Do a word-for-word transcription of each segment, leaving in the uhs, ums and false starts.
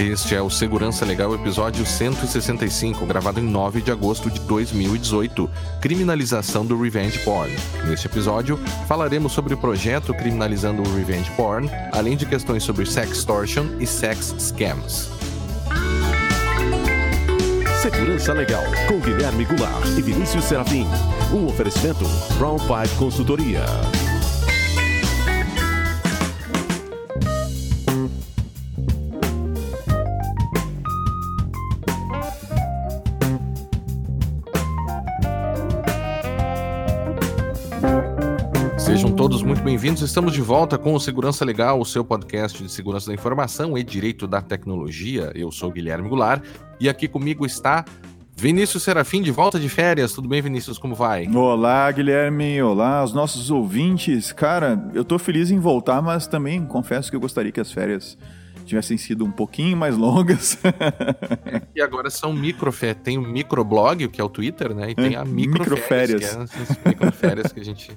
Este é o Segurança Legal, episódio cento e sessenta e cinco, gravado em nove de agosto de dois mil e dezoito. Criminalização do Revenge Porn. Neste episódio, falaremos sobre o projeto criminalizando o Revenge Porn, além de questões sobre sextortion e sex scams. Segurança Legal, com Guilherme Goulart e Vinícius Serafim. Um oferecimento Brown Pipe Consultoria. Sejam todos muito bem-vindos. Estamos de volta com o Segurança Legal, o seu podcast de segurança da informação e direito da tecnologia. Eu sou o Guilherme Goulart e aqui comigo está Vinícius Serafim, de volta de férias. Tudo bem, Vinícius? Como vai? Olá, Guilherme. Olá, os nossos ouvintes. Cara, eu tô feliz em voltar, mas também confesso que eu gostaria que as férias tivessem sido um pouquinho mais longas. É, e agora são microférias. Tem o microblog, que é o Twitter, né? E tem a microférias, microférias. que é as microférias que a gente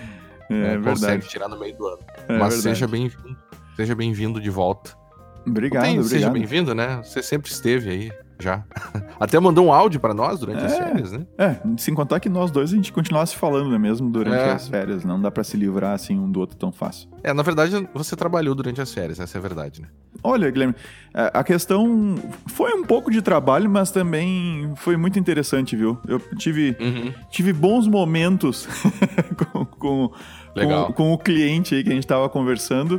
É, né, consegue tirar no meio do ano. É Mas verdade. seja bem-vindo. Seja bem-vindo de volta. Obrigado, Tem, obrigado. Seja bem-vindo, né? Você sempre esteve aí, já. Até mandou um áudio pra nós durante É, as férias, né? É, sem contar que nós dois a gente continuasse falando, né, mesmo durante É. as férias. Não dá pra se livrar assim um do outro tão fácil. É, na verdade, você trabalhou durante as férias, essa é a verdade, né? Olha, Guilherme, a a questão foi um pouco de trabalho, mas também foi muito interessante, viu? Eu tive, Uhum. tive bons momentos com, com, Legal. com, com o cliente aí que a gente tava conversando.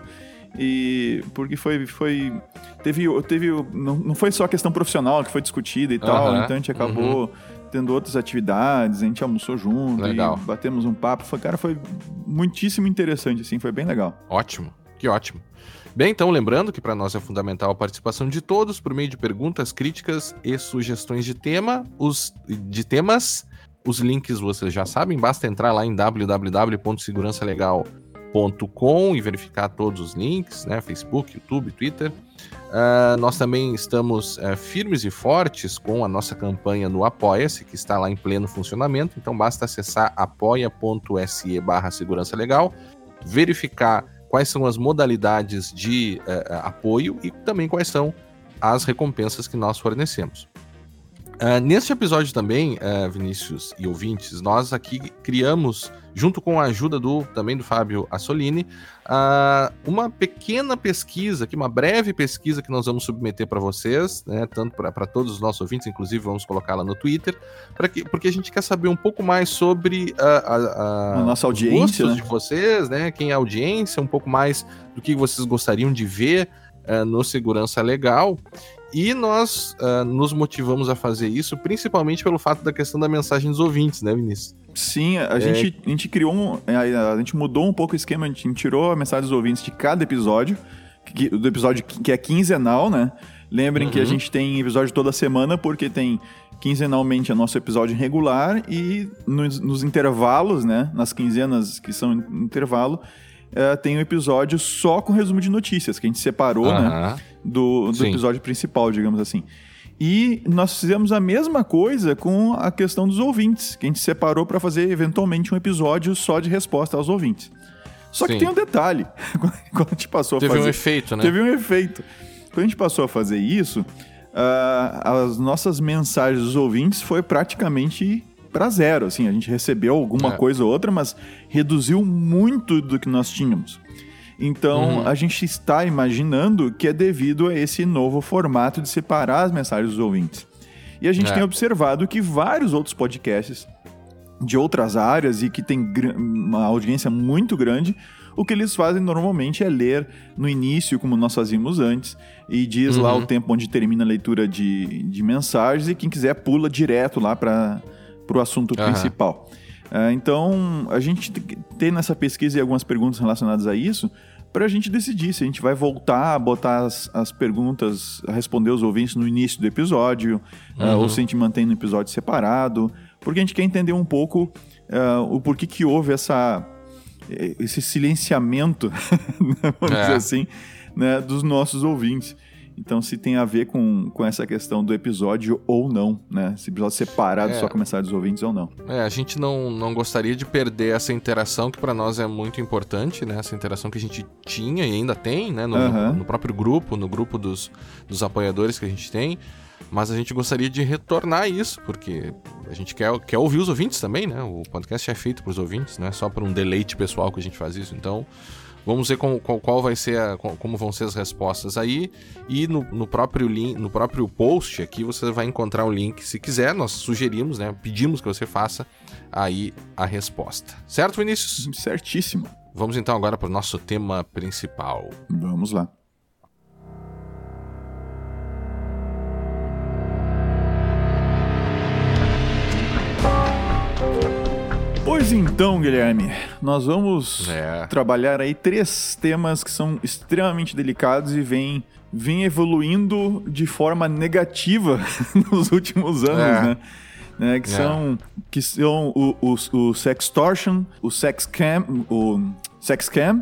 E porque foi, foi teve, teve não, não foi só a questão profissional que foi discutida e tal, Aham, então a gente acabou uhum. tendo outras atividades, a gente almoçou junto, Legal. e batemos um papo, foi, cara, foi muitíssimo interessante, assim, foi bem legal. Ótimo, que ótimo. Bem, então, lembrando que para nós é fundamental a participação de todos por meio de perguntas, críticas e sugestões de tema, os de temas. Os links vocês já sabem, basta entrar lá em w w w ponto segurança legal ponto com e verificar todos os links, né? Facebook, YouTube, Twitter. Uh, nós também estamos uh, firmes e fortes com a nossa campanha no Apoia-se, que está lá em pleno funcionamento. Então basta acessar apoia.se barra segurança legal, verificar quais são as modalidades de uh, apoio e também quais são as recompensas que nós fornecemos. Uh, neste episódio também, uh, Vinícius e ouvintes, nós aqui criamos, junto com a ajuda do, também do Fábio Assolini, uh, uma pequena pesquisa, aqui, uma breve pesquisa que nós vamos submeter para vocês, né, tanto para todos os nossos ouvintes, inclusive vamos colocá-la no Twitter, pra que, porque a gente quer saber um pouco mais sobre uh, a, a, A nossa os audiência, gostos né? de vocês, né, quem é a audiência, um pouco mais do que vocês gostariam de ver uh, no Segurança Legal. E nós uh, nos motivamos a fazer isso, principalmente pelo fato da questão da mensagem dos ouvintes, né, Vinícius? Sim, a, É... gente, a gente criou um, a, a gente mudou um pouco o esquema, a gente tirou a mensagem dos ouvintes de cada episódio, que, do episódio que é quinzenal, né? Lembrem uhum. que a gente tem episódio toda semana, porque tem quinzenalmente o nosso episódio regular e nos, nos intervalos, né? Nas quinzenas que são intervalo, Uh, tem um episódio só com resumo de notícias, que a gente separou, uh-huh. né, do, do episódio principal, digamos assim. E nós fizemos a mesma coisa com a questão dos ouvintes, que a gente separou para fazer, eventualmente, um episódio só de resposta aos ouvintes. Só que Sim. tem um detalhe, quando a gente passou a Teve fazer... Teve um efeito, né? Teve um efeito. Quando a gente passou a fazer isso, uh, as nossas mensagens dos ouvintes foi praticamente... para zero, assim, a gente recebeu alguma é. coisa ou outra, mas reduziu muito do que nós tínhamos. Então, uhum. a gente está imaginando que é devido a esse novo formato de separar as mensagens dos ouvintes. E a gente é. tem observado que vários outros podcasts de outras áreas e que tem uma audiência muito grande, o que eles fazem normalmente é ler no início, como nós fazíamos antes, e diz uhum. lá o tempo onde termina a leitura de, de mensagens, e quem quiser pula direto lá para... para o assunto uhum. principal. Uh, então, a gente tem nessa pesquisa algumas perguntas relacionadas a isso, para a gente decidir se a gente vai voltar a botar as, as perguntas, a responder os ouvintes no início do episódio, uhum. uh, ou se a gente mantém no episódio separado, porque a gente quer entender um pouco uh, o porquê que houve essa, esse silenciamento, vamos é. dizer assim, né, dos nossos ouvintes. Então, se tem a ver com, com essa questão do episódio ou não, né? Se episódio separado É. só com mensagens dos ouvintes ou não. É, a gente não, não gostaria de perder essa interação que para nós é muito importante, né? Essa interação que a gente tinha e ainda tem, né? No, Aham. no, no próprio grupo, no grupo dos, dos apoiadores que a gente tem. Mas a gente gostaria de retornar isso, porque a gente quer, quer ouvir os ouvintes também, né? O podcast é feito para os ouvintes, não é só para um deleite pessoal que a gente faz isso. Então, vamos ver qual, qual, qual vai ser a, qual- como vão ser as respostas aí. E no, no, próprio link, no próprio post aqui você vai encontrar o link. Se quiser, nós sugerimos, né? Pedimos que você faça aí a resposta. Certo, Vinícius? Certíssimo. Vamos então agora para o nosso tema principal. Vamos lá. Pois então, Guilherme, nós vamos É. trabalhar aí três temas que são extremamente delicados e vêm vêm evoluindo de forma negativa nos últimos anos, É. né? Né, que, É. são, que são o, o, o sextortion, o sex cam, o sex cam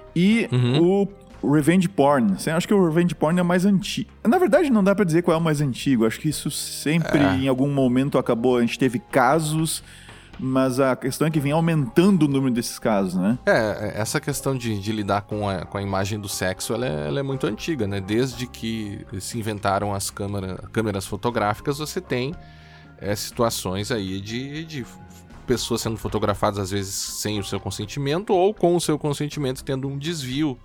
e Uhum. o revenge porn. Eu acho que o revenge porn é o mais antigo. Na verdade, não dá pra dizer qual é o mais antigo. Acho que isso sempre, É. em algum momento, acabou. A gente teve casos, mas a questão é que vem aumentando o número desses casos, né? É, essa questão de, de lidar com a, com a imagem do sexo, ela é, ela é muito antiga, né? Desde que se inventaram as câmera, câmeras fotográficas, você tem é, situações aí de, de pessoas sendo fotografadas, às vezes, sem o seu consentimento, ou com o seu consentimento tendo um desvio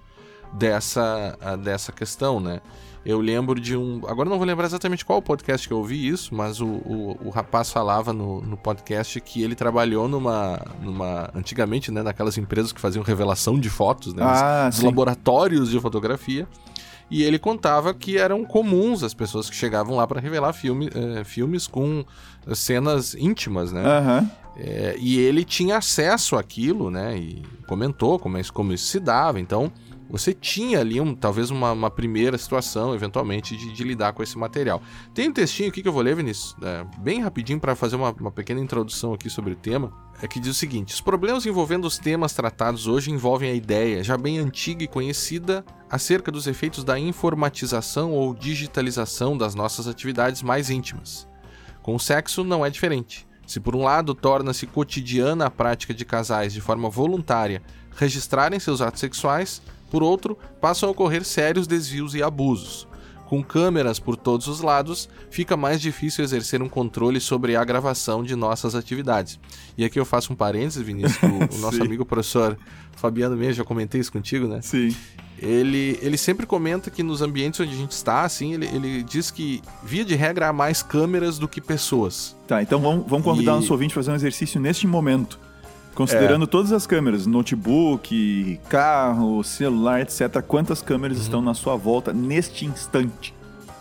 dessa, a- dessa questão, né? Eu lembro de um... Agora eu não vou lembrar exatamente qual podcast que eu ouvi isso, mas o, o, o rapaz falava no, no podcast que ele trabalhou numa, numa... Antigamente, né? Naquelas empresas que faziam revelação de fotos, né? Ah, Os sim. laboratórios de fotografia. E ele contava que eram comuns as pessoas que chegavam lá para revelar filme, eh, filmes com cenas íntimas, né? Aham. É, e ele tinha acesso àquilo, né? E comentou como isso, como isso se dava. Então, você tinha ali um, talvez uma, uma primeira situação, eventualmente, de, de lidar com esse material. Tem um textinho aqui que eu vou ler, Vinícius, é, bem rapidinho para fazer uma, uma pequena introdução aqui sobre o tema. É que diz o seguinte: os problemas envolvendo os temas tratados hoje envolvem a ideia, já bem antiga e conhecida, acerca dos efeitos da informatização ou digitalização das nossas atividades mais íntimas. Com o sexo não é diferente. Se por um lado torna-se cotidiana a prática de casais de forma voluntária registrarem seus atos sexuais, por outro, passam a ocorrer sérios desvios e abusos. Com câmeras por todos os lados, fica mais difícil exercer um controle sobre a gravação de nossas atividades. E aqui eu faço um parênteses, Vinícius, que o, o nosso Sim. amigo professor Fabiano mesmo, já comentei isso contigo, né? Sim. Ele, ele sempre comenta que nos ambientes onde a gente está, assim, ele, ele diz que, via de regra, há mais câmeras do que pessoas. Tá, então vamos, vamos convidar E- o nosso ouvinte a fazer um exercício neste momento. Considerando todas as câmeras, notebook, carro, celular, etcétera. Quantas câmeras estão na sua volta neste instante?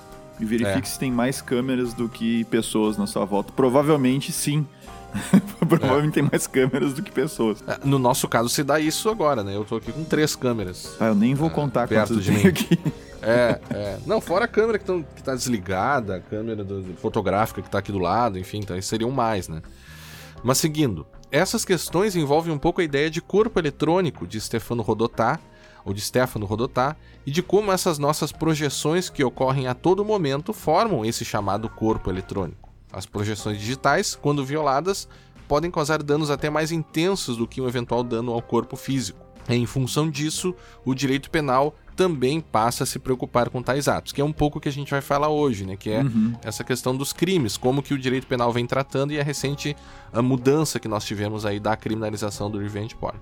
E verifique É. se tem mais câmeras do que pessoas na sua volta. Provavelmente sim. Provavelmente tem mais câmeras do que pessoas. É, No nosso caso, se dá isso agora, né? Eu tô aqui com três câmeras. Ah, eu nem vou contar perto quantas de tem mim. aqui. É, é. Não, fora a câmera que, tão, que tá desligada, a câmera do- do- fotográfica que tá aqui do lado, enfim, então aí seriam mais, né? Mas seguindo, essas questões envolvem um pouco a ideia de corpo eletrônico de Stefano Rodotà, ou de Stefano Rodotà, e de como essas nossas projeções que ocorrem a todo momento formam esse chamado corpo eletrônico. As projeções digitais, quando violadas, podem causar danos até mais intensos do que um eventual dano ao corpo físico. Em função disso, o direito penal também passa a se preocupar com tais atos, que é um pouco o que a gente vai falar hoje, né? Que é Uhum. essa questão dos crimes, como que o direito penal vem tratando e a recente a mudança que nós tivemos aí da criminalização do revenge porn.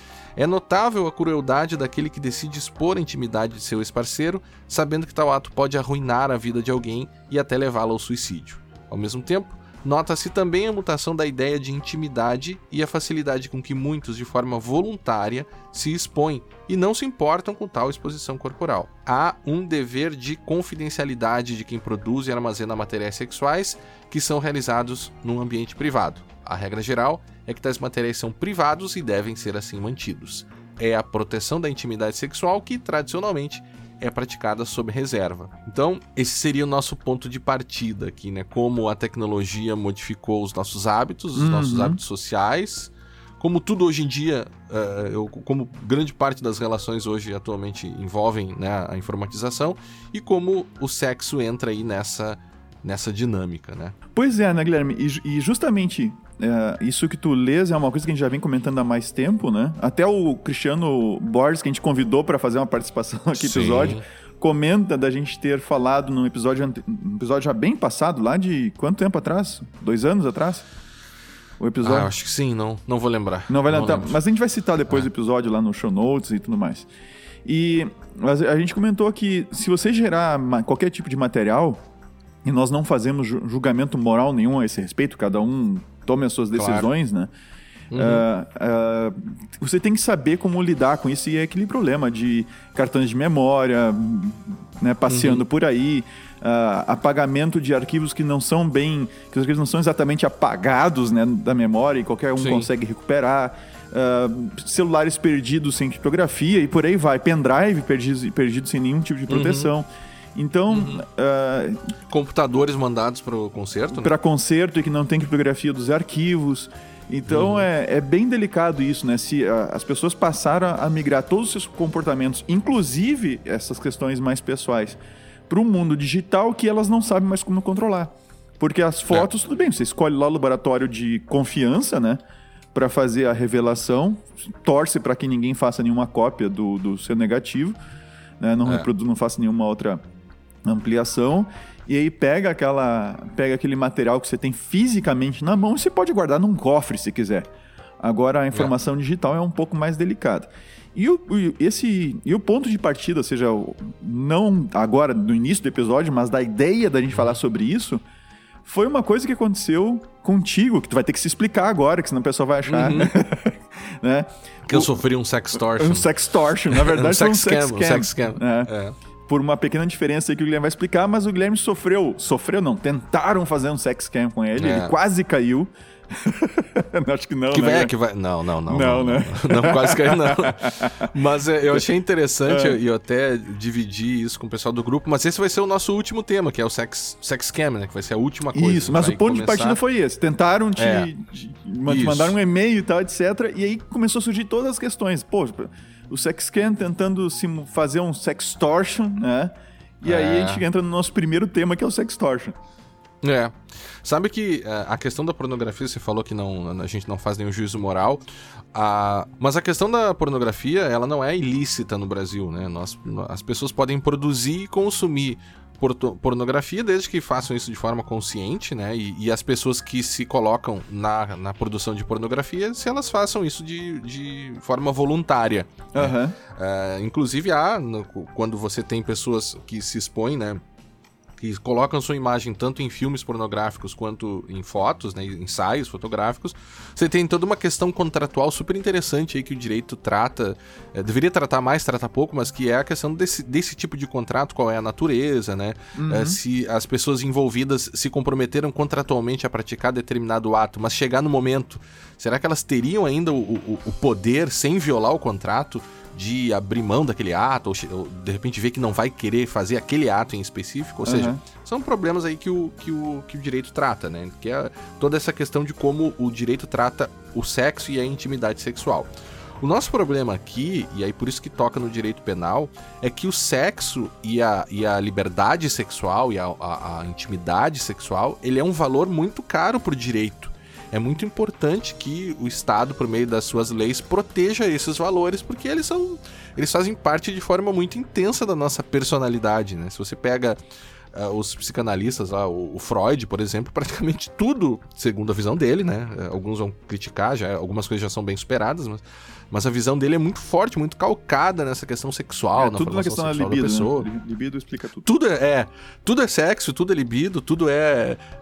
É notável a crueldade daquele que decide expor a intimidade de seu ex-parceiro, sabendo que tal ato pode arruinar a vida de alguém e até levá-lo ao suicídio. Ao mesmo tempo, nota-se também a mutação da ideia de intimidade e a facilidade com que muitos, de forma voluntária, se expõem e não se importam com tal exposição corporal. Há um dever de confidencialidade de quem produz e armazena materiais sexuais que são realizados num ambiente privado. A regra geral é que tais materiais são privados e devem ser assim mantidos. É a proteção da intimidade sexual que, tradicionalmente, é praticada sob reserva. Então, esse seria o nosso ponto de partida aqui, né? Como a tecnologia modificou os nossos hábitos, os Uhum. nossos hábitos sociais, como tudo hoje em dia, uh, eu, como grande parte das relações hoje atualmente envolvem, né, a informatização, e como o sexo entra aí nessa, nessa dinâmica, né? Pois é, né, Guilherme? E, e justamente é, isso que tu lês é uma coisa que a gente já vem comentando há mais tempo, né? Até o Cristiano Borges, que a gente convidou para fazer uma participação aqui no episódio, comenta da gente ter falado num episódio, ante... um episódio já bem passado, lá de quanto tempo atrás? Dois anos atrás? O episódio? Ah, acho que sim, não, não vou lembrar. Não vai não lembrar, mas a gente vai citar depois é. do episódio lá no show notes e tudo mais. E a gente comentou que se você gerar qualquer tipo de material, e nós não fazemos julgamento moral nenhum a esse respeito, cada um tome as suas decisões, claro, né? Uhum. Uh, uh, você tem que saber como lidar com isso, e é aquele problema de cartões de memória, né, passeando uhum. por aí, uh, apagamento de arquivos que não são bem, que os arquivos não são exatamente apagados, né, da memória, e qualquer um Sim. consegue recuperar, uh, celulares perdidos sem criptografia e por aí vai, pendrive perdido, perdido sem nenhum tipo de proteção. Uhum. Então... Uhum. Uh, computadores mandados para o conserto, para né? conserto e que não tem criptografia dos arquivos. Então uhum. é, é bem delicado isso, né? Se a, as pessoas passaram a migrar todos os seus comportamentos, inclusive essas questões mais pessoais, para o mundo digital, que elas não sabem mais como controlar. Porque as fotos, é. tudo bem, você escolhe lá o laboratório de confiança, né? Para fazer a revelação, torce para que ninguém faça nenhuma cópia do, do seu negativo, né? Não, é. reproduz, não faça nenhuma outra ampliação. E aí pega, aquela, pega aquele material que você tem fisicamente na mão e você pode guardar num cofre se quiser. Agora a informação é. digital é um pouco mais delicada. E o, esse, e o ponto de partida, ou seja, não agora no início do episódio, mas da ideia da gente falar sobre isso, foi uma coisa que aconteceu contigo, que tu vai ter que se explicar agora, que senão o pessoal vai achar. Uhum. né? Que eu o, sofri um sextortion. Um sextortion, na verdade um foi um sex sex scam. scam. Um sex scam. É. É. Por uma pequena diferença aí que o Guilherme vai explicar, mas o Guilherme sofreu, sofreu não, tentaram fazer um sex scam com ele, é. ele quase caiu. Acho que não, que né? Vai, que vai... Não, não, não. Não, não né? Não, não, quase caiu, não. Mas é, eu achei interessante, é. e eu até dividi isso com o pessoal do grupo, mas esse vai ser o nosso último tema, que é o sex, sex scam, né? Que vai ser a última coisa. Isso, mas o ponto começar... de partida foi esse. Tentaram te, é. te mandar um e-mail e tal, etcétera. E aí começou a surgir todas as questões. Pô, o sex scam tentando fazer um sextortion, né? E é. aí a gente entra no nosso primeiro tema, que é o sextortion. É. Sabe que a questão da pornografia, você falou que não, a gente não faz nenhum juízo moral, a, mas a questão da pornografia, ela não é ilícita no Brasil, né? Nós, as pessoas podem produzir e consumir porto, pornografia desde que façam isso de forma consciente, né? E, e as pessoas que se colocam na, na produção de pornografia, se elas façam isso de, de forma voluntária. Uhum. Né? É, inclusive, há, no, quando você tem pessoas que se expõem, né? Que colocam sua imagem tanto em filmes pornográficos quanto em fotos, né, ensaios fotográficos, você tem toda uma questão contratual super interessante aí que o direito trata, é, deveria tratar mais, trata pouco, mas que é a questão desse, desse tipo de contrato, qual é a natureza, né, uhum. é, se as pessoas envolvidas se comprometeram contratualmente a praticar determinado ato, mas chegar no momento, será que elas teriam ainda o, o, o poder, sem violar o contrato, de abrir mão daquele ato, ou, ou de repente ver que não vai querer fazer aquele ato em específico, ou uhum. seja, são problemas aí que o, que, o, que o direito trata, né? Que é toda essa questão de como o direito trata o sexo e a intimidade sexual. O nosso problema aqui, e aí por isso que toca no direito penal, é que o sexo e a, e a liberdade sexual e a, a, a intimidade sexual, ele é um valor muito caro pro direito. É muito importante que o Estado, por meio das suas leis, proteja esses valores, porque eles são, eles fazem parte de forma muito intensa da nossa personalidade, né? Se você pega uh, os psicanalistas lá, o, o Freud, por exemplo, praticamente tudo, segundo a visão dele, né? Alguns vão criticar, já, algumas coisas já são bem superadas, mas, mas a visão dele é muito forte, muito calcada nessa questão sexual, é, na tudo na questão da libido, da pessoa. Né? Libido explica tudo. Tudo é, é, tudo é sexo, tudo é libido, tudo é, é,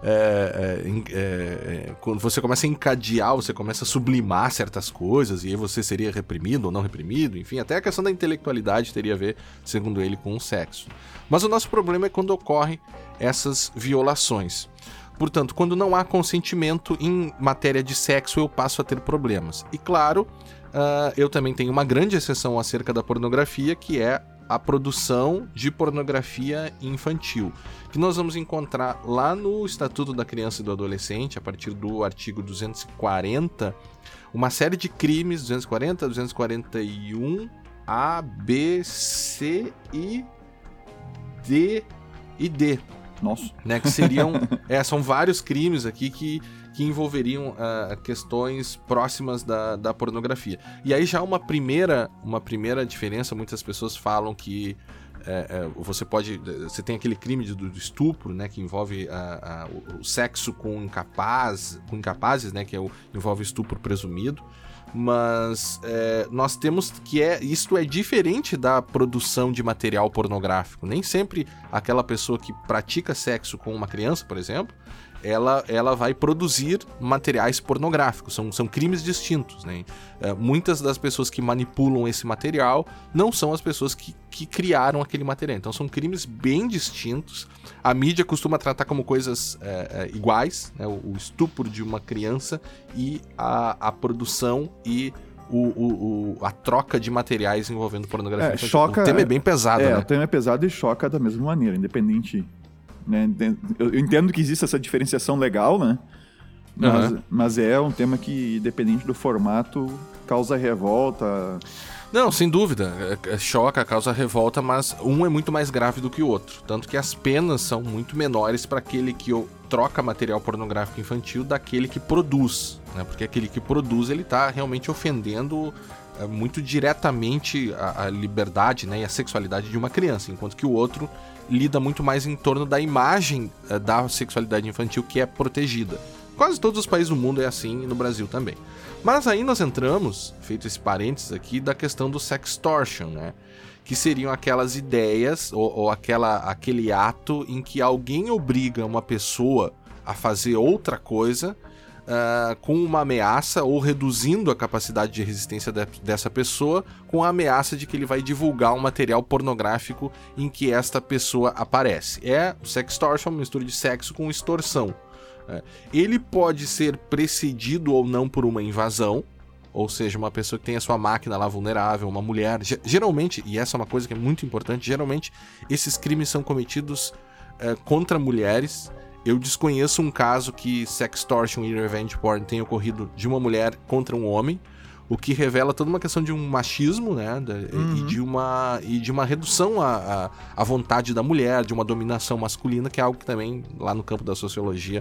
é, é, é... Quando você começa a encadear, você começa a sublimar certas coisas, e aí você seria reprimido ou não reprimido, enfim, até a questão da intelectualidade teria a ver, segundo ele, com o sexo. Mas o nosso problema é quando ocorrem essas violações. Portanto, quando não há consentimento em matéria de sexo, eu passo a ter problemas. E claro, uh, eu também tenho uma grande exceção acerca da pornografia, que é a produção de pornografia infantil, que nós vamos encontrar lá no Estatuto da Criança e do Adolescente, a partir do artigo duzentos e quarenta, uma série de crimes, duzentos e quarenta, duzentos e quarenta e um, A, B, C e D e D. Nossa. Né, que seriam, é, são vários crimes aqui que, que envolveriam uh, questões próximas da, da pornografia. E aí já uma primeira, uma primeira diferença, muitas pessoas falam que é, é, você pode, você tem aquele crime de, do estupro, né, que envolve a, a, o, o sexo com incapaz, com incapazes, né, que é o, envolve estupro presumido. Mas é, nós temos que é, isto é diferente da produção de material pornográfico. Nem sempre aquela pessoa que pratica sexo com uma criança, por exemplo, ela, ela vai produzir materiais pornográficos. São, são crimes distintos, né? É, muitas das pessoas que manipulam esse material não são as pessoas que, que criaram aquele material. Então são crimes bem distintos. A mídia costuma tratar como coisas é, é, iguais, né? o, o estupro de uma criança e a, a produção e o, o, o, a troca de materiais envolvendo pornografia. É, choca, o tema é bem pesado, é, né? O tema é pesado e choca da mesma maneira, independente... Né? Eu entendo que existe essa diferenciação legal, né? Mas, uhum. mas é um tema que, dependente do formato, causa revolta. Não, sem dúvida. Choca, causa revolta, mas um é muito mais grave do que o outro. Tanto que as penas são muito menores para aquele que troca material pornográfico infantil daquele que produz, né? Porque aquele que produz, ele está realmente ofendendo é, muito diretamente a, a liberdade, né, e a sexualidade de uma criança, enquanto que o outro lida muito mais em torno da imagem uh, da sexualidade infantil que é protegida. Quase todos os países do mundo é assim, e no Brasil também. Mas aí nós entramos, feito esse parênteses aqui, da questão do sextortion, né? Que seriam aquelas ideias, ou, ou aquela, aquele ato em que alguém obriga uma pessoa a fazer outra coisa Uh, com uma ameaça ou reduzindo a capacidade de resistência de, dessa pessoa com a ameaça de que ele vai divulgar um material pornográfico em que esta pessoa aparece. É o sextortion, uma mistura de sexo com extorsão. Uh, ele pode ser precedido ou não por uma invasão, ou seja, uma pessoa que tem a sua máquina lá vulnerável, uma mulher. G- geralmente, e essa é uma coisa que é muito importante, geralmente esses crimes são cometidos uh, contra mulheres. Eu desconheço um caso que sextortion e revenge porn tenha ocorrido de uma mulher contra um homem, o que revela toda uma questão de um machismo, né, uhum. e, de uma, e de uma redução à, à vontade da mulher, de uma dominação masculina, que é algo que também lá no campo da sociologia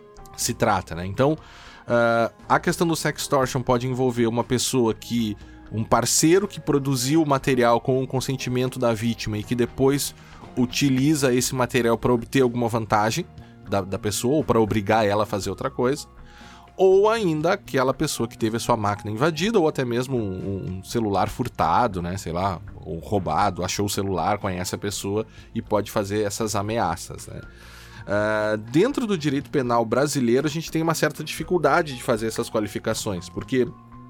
se trata, né? Então, uh, a questão do sextortion pode envolver uma pessoa que, um parceiro que produziu o material com o consentimento da vítima e que depois utiliza esse material para obter alguma vantagem Da, da pessoa, ou para obrigar ela a fazer outra coisa, ou ainda aquela pessoa que teve a sua máquina invadida, ou até mesmo um, um celular furtado, né, sei lá, ou roubado, achou o celular, conhece a pessoa e pode fazer essas ameaças, né. Uh, dentro do direito penal brasileiro, a gente tem uma certa dificuldade de fazer essas qualificações, porque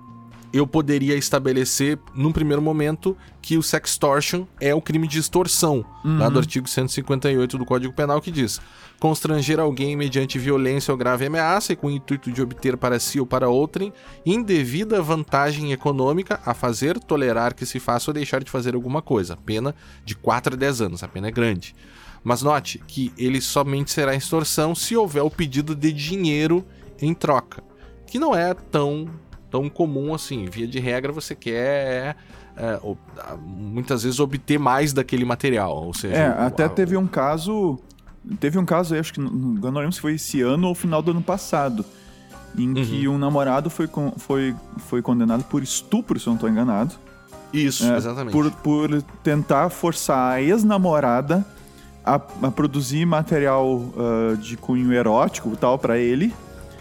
eu poderia estabelecer, num primeiro momento, que o sextortion é o crime de extorsão, uhum. lá do artigo cento e cinquenta e oito do Código Penal, que diz: constranger alguém mediante violência ou grave ameaça e com o intuito de obter para si ou para outrem indevida vantagem econômica a fazer, tolerar que se faça ou deixar de fazer alguma coisa. Pena de quatro a dez anos, a pena é grande. Mas note que ele somente será extorsão se houver o pedido de dinheiro em troca, que não é tão... tão comum assim. Via de regra, você quer é, muitas vezes obter mais daquele material, ou seja... É, até a, teve um caso... Teve um caso, acho que não, não lembro se foi esse ano ou final do ano passado, em uhum. que um namorado foi, foi, foi condenado por estupro, se eu não estou enganado. Isso, é, exatamente. Por, por tentar forçar a ex-namorada a, a produzir material uh, de cunho erótico e tal para ele,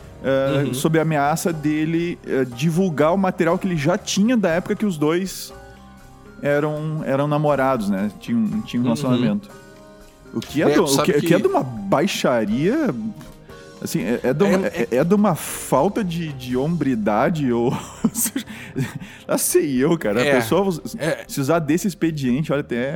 Uh, uhum. sob a ameaça dele uh, divulgar o material que ele já tinha da época que os dois eram, eram namorados, né? Tinham, tinham um relacionamento. Uhum. O, que é, é, do, o, que, que... que é de uma baixaria... Assim, é, é, de uma, é, é... é de uma falta de, de hombridade ou... Não sei eu, cara. É, a pessoa é... se usar desse expediente, olha, até...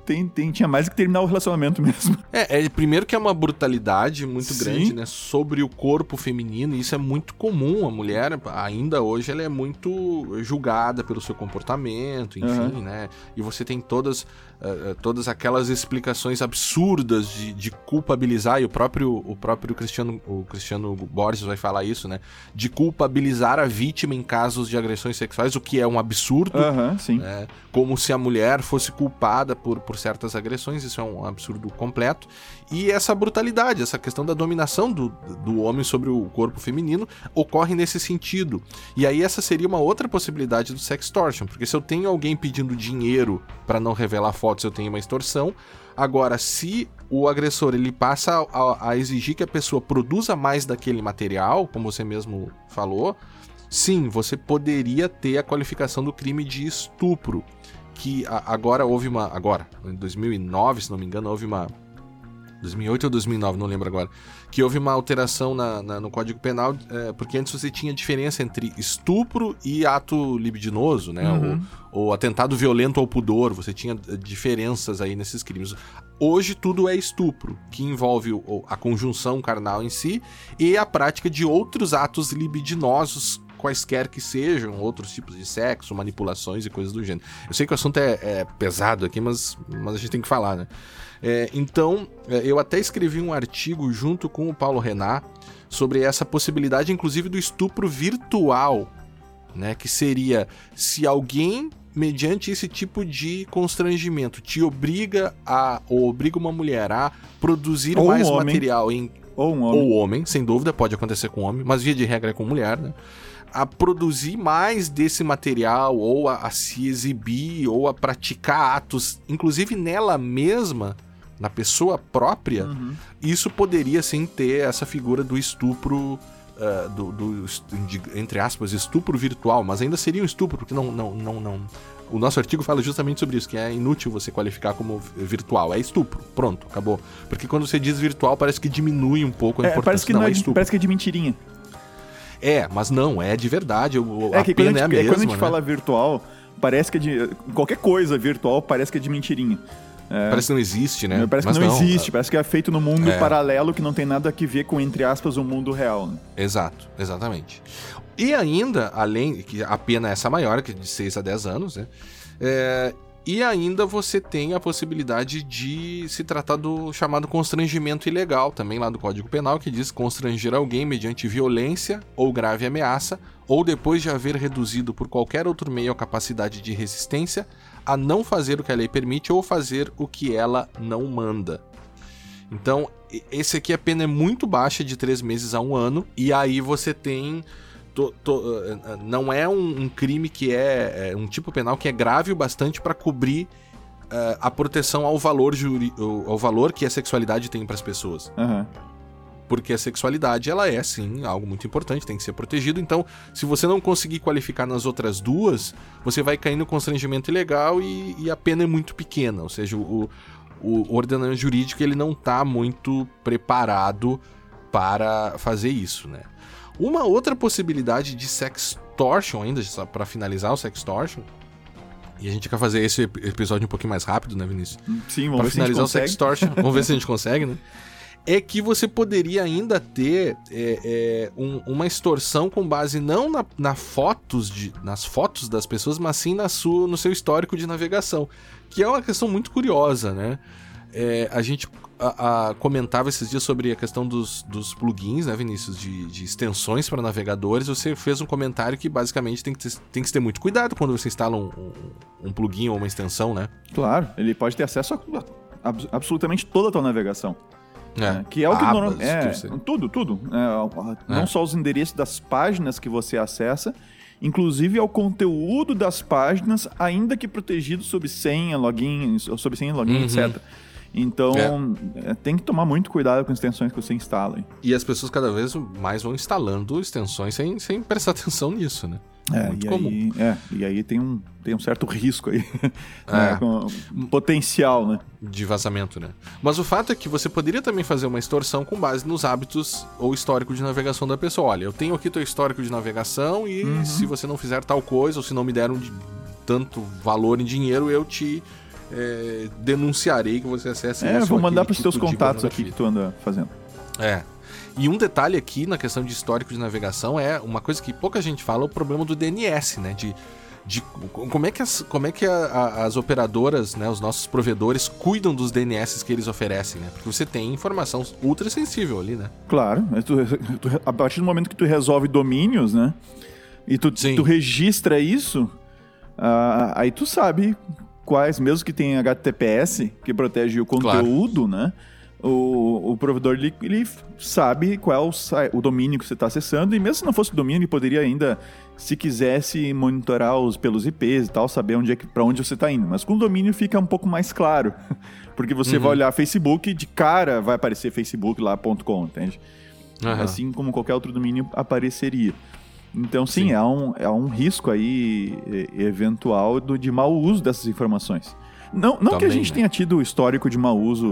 tem, tem, tinha mais que terminar o relacionamento mesmo. É, é, primeiro que é uma brutalidade muito Sim. grande, né, sobre o corpo feminino, e isso é muito comum. A mulher, ainda hoje, ela é muito julgada pelo seu comportamento, enfim, uhum. né, e você tem todas, uh, todas aquelas explicações absurdas de, de culpabilizar, e o próprio, o próprio Cristiano, o Cristiano Borges vai falar isso, né, de culpabilizar a vítima em casos de agressões sexuais, o que é um absurdo, uhum, sim. né, como se a mulher fosse culpada por, por certas agressões. Isso é um absurdo completo. E essa brutalidade, essa questão da dominação do, do homem sobre o corpo feminino ocorre nesse sentido. E aí essa seria uma outra possibilidade do sextortion, porque se eu tenho alguém pedindo dinheiro para não revelar fotos, eu tenho uma extorsão. Agora, se o agressor ele passa a, a exigir que a pessoa produza mais daquele material, como você mesmo falou, sim, você poderia ter a qualificação do crime de estupro, que a, agora houve uma... Agora, em dois mil e nove, se não me engano, houve uma... dois mil e oito ou dois mil e nove, não lembro agora. Que houve uma alteração na, na, no Código Penal, é, porque antes você tinha diferença entre estupro e ato libidinoso, né? Uhum. Ou, ou atentado violento ao pudor. Você tinha diferenças aí nesses crimes. Hoje tudo é estupro, que envolve o, a conjunção carnal em si e a prática de outros atos libidinosos, quaisquer que sejam, outros tipos de sexo, manipulações e coisas do gênero. Eu sei que o assunto é, é pesado aqui, mas, mas a gente tem que falar, né? É, então, eu até escrevi um artigo junto com o Paulo Renat sobre essa possibilidade, inclusive, do estupro virtual, né? Que seria se alguém, mediante esse tipo de constrangimento, te obriga a, ou obriga uma mulher a produzir ou mais um material em... Ou um homem. Ou homem, sem dúvida, pode acontecer com homem, mas via de regra é com mulher, né? A produzir mais desse material, ou a, a se exibir, ou a praticar atos, inclusive nela mesma, na pessoa própria, uhum. Isso poderia sim ter essa figura do estupro, uh, do, do de, entre aspas, estupro virtual, mas ainda seria um estupro, porque não, não, não, não... O nosso artigo fala justamente sobre isso, que é inútil você qualificar como virtual, é estupro, pronto, acabou. Porque quando você diz virtual, parece que diminui um pouco a é, importância. Parece que não, não é, é estupro. Parece que é de mentirinha. É, mas não, é de verdade, o, é a que pena quando a gente, é a mesma, é quando a gente né? fala virtual, parece que é de... Qualquer coisa virtual parece que é de mentirinha. É, parece que não existe, né? Parece mas que não, não existe, parece que é feito no mundo é. paralelo que não tem nada a ver com, entre aspas, o mundo real. Né? Exato, exatamente. E ainda, além, que a pena é essa maior, que é de seis a dez anos, né? É, e ainda você tem a possibilidade de se tratar do chamado constrangimento ilegal, também lá do Código Penal, que diz constranger alguém mediante violência ou grave ameaça, ou depois de haver reduzido por qualquer outro meio a capacidade de resistência, a não fazer o que a lei permite ou fazer o que ela não manda. Então, esse aqui a pena é muito baixa, de três meses a um ano, e aí você tem... To, to, não é um, um crime que é, é um tipo penal que é grave o bastante para cobrir uh, a proteção ao valor, juri, ao valor que a sexualidade tem para as pessoas. Uhum. Porque a sexualidade, ela é, sim, algo muito importante, tem que ser protegido. Então, se você não conseguir qualificar nas outras duas, você vai cair no constrangimento ilegal e, e a pena é muito pequena. Ou seja, o, o ordenamento jurídico ele não está muito preparado para fazer isso, né? Uma outra possibilidade de sextortion ainda, só para finalizar o sextortion, e a gente quer fazer esse episódio um pouquinho mais rápido, né, Vinícius? Sim, vamos pra ver finalizar se a gente consegue. o sextortion, vamos ver se a gente consegue, né? É que você poderia ainda ter é, é, um, uma extorsão com base não na, na fotos de, nas fotos das pessoas, mas sim na sua, no seu histórico de navegação, que é uma questão muito curiosa, né? É, a gente a, a, comentava esses dias sobre a questão dos, dos plugins, né, Vinícius, de, de extensões para navegadores. Você fez um comentário que basicamente tem que ter, tem que ter muito cuidado quando você instala um, um, um plugin ou uma extensão, né? Claro, ele pode ter acesso a, a absolutamente toda a tua navegação. É, é, que é o que abas, normal, é, tudo, tudo. É, não é. só os endereços das páginas que você acessa, inclusive ao conteúdo das páginas, ainda que protegido sob senha, login, sob senha, login, uhum. etcétera. Então, é. tem que tomar muito cuidado com as extensões que você instala. Hein? E as pessoas cada vez mais vão instalando extensões sem, sem prestar atenção nisso, né? É, muito e comum. Aí, é, e aí tem um, tem um certo risco aí, é. né, com, um potencial, né? De vazamento, né? Mas o fato é que você poderia também fazer uma extorsão com base nos hábitos ou histórico de navegação da pessoa. Olha, eu tenho aqui teu histórico de navegação e uhum. se você não fizer tal coisa, ou se não me der um, tanto valor em dinheiro, eu te... é, denunciarei que você acesse É, isso vou mandar para os aquele teus tipo de contatos aqui pornografia. que tu anda fazendo. É. E um detalhe aqui na questão de histórico de navegação é uma coisa que pouca gente fala, o problema do D N S, né? De, de como é que, as, como é que a, a, as operadoras, né, os nossos provedores, cuidam dos D N S que eles oferecem, né? Porque você tem informação ultra sensível ali, né? Claro, mas tu, tu, a partir do momento que tu resolve domínios, né? E tu, tu registra isso, uh, aí tu sabe quais, mesmo que tenha H T T P S, que protege o conteúdo, claro. Né? O, o provedor, ele, ele sabe qual é o, o domínio que você está acessando, e mesmo se não fosse o domínio, ele poderia ainda, se quisesse, monitorar os pelos I Ps e tal, saber onde é que, para onde você está indo. Mas com o domínio fica um pouco mais claro, porque você uhum. vai olhar Facebook, de cara vai aparecer facebook lá ponto com, entende? Uhum. Assim como qualquer outro domínio apareceria. Então, sim, sim. É, um, é um risco aí eventual do, de mau uso dessas informações. Não, não Também, que a gente né? tenha tido histórico de mau uso.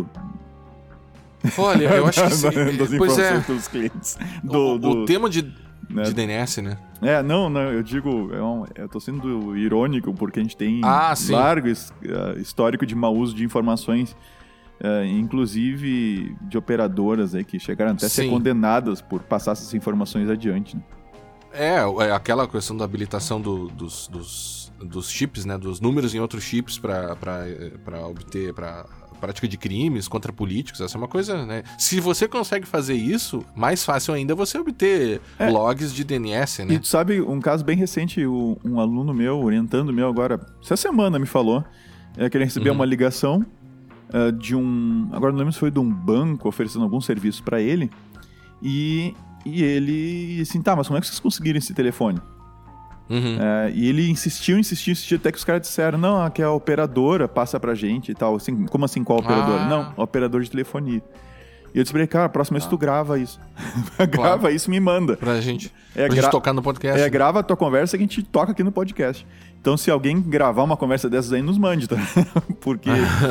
Olha, eu acho que sim. das pois é. Dos clientes. Do, o, do, o tema de, né? de D N S, né? É, não, não, eu digo, é um, eu tô sendo irônico porque a gente tem ah, largo uh, histórico de mau uso de informações, uh, inclusive de operadoras aí que chegaram até a ser condenadas por passar essas informações adiante, né? É, é aquela questão da habilitação do, dos, dos, dos chips, né? Dos números em outros chips para obter, para prática de crimes contra políticos. Essa é uma coisa, né? Se você consegue fazer isso, mais fácil ainda é você obter é. logs de D N S, né? E tu sabe, um caso bem recente, um aluno meu, orientando meu agora, essa semana me falou, é que ele recebeu uhum. uma ligação uh, de um... Agora não lembro se foi de um banco oferecendo algum serviço para ele, e... E ele, assim, tá, mas como é que vocês conseguiram esse telefone? Uhum. É, e ele insistiu, insistiu, insistiu, até que os caras disseram, não, aqui a operadora passa pra gente e tal. Assim, como assim, qual operadora? Ah. Não, operador de telefonia. E eu disse pra ele, cara, a próxima vez ah. tu grava isso. grava claro. isso e me manda. Pra gente, é, pra gra... gente tocar no podcast. É, grava a tua conversa que a gente toca aqui no podcast. Então, se alguém gravar uma conversa dessas aí, nos mande, tá? Porque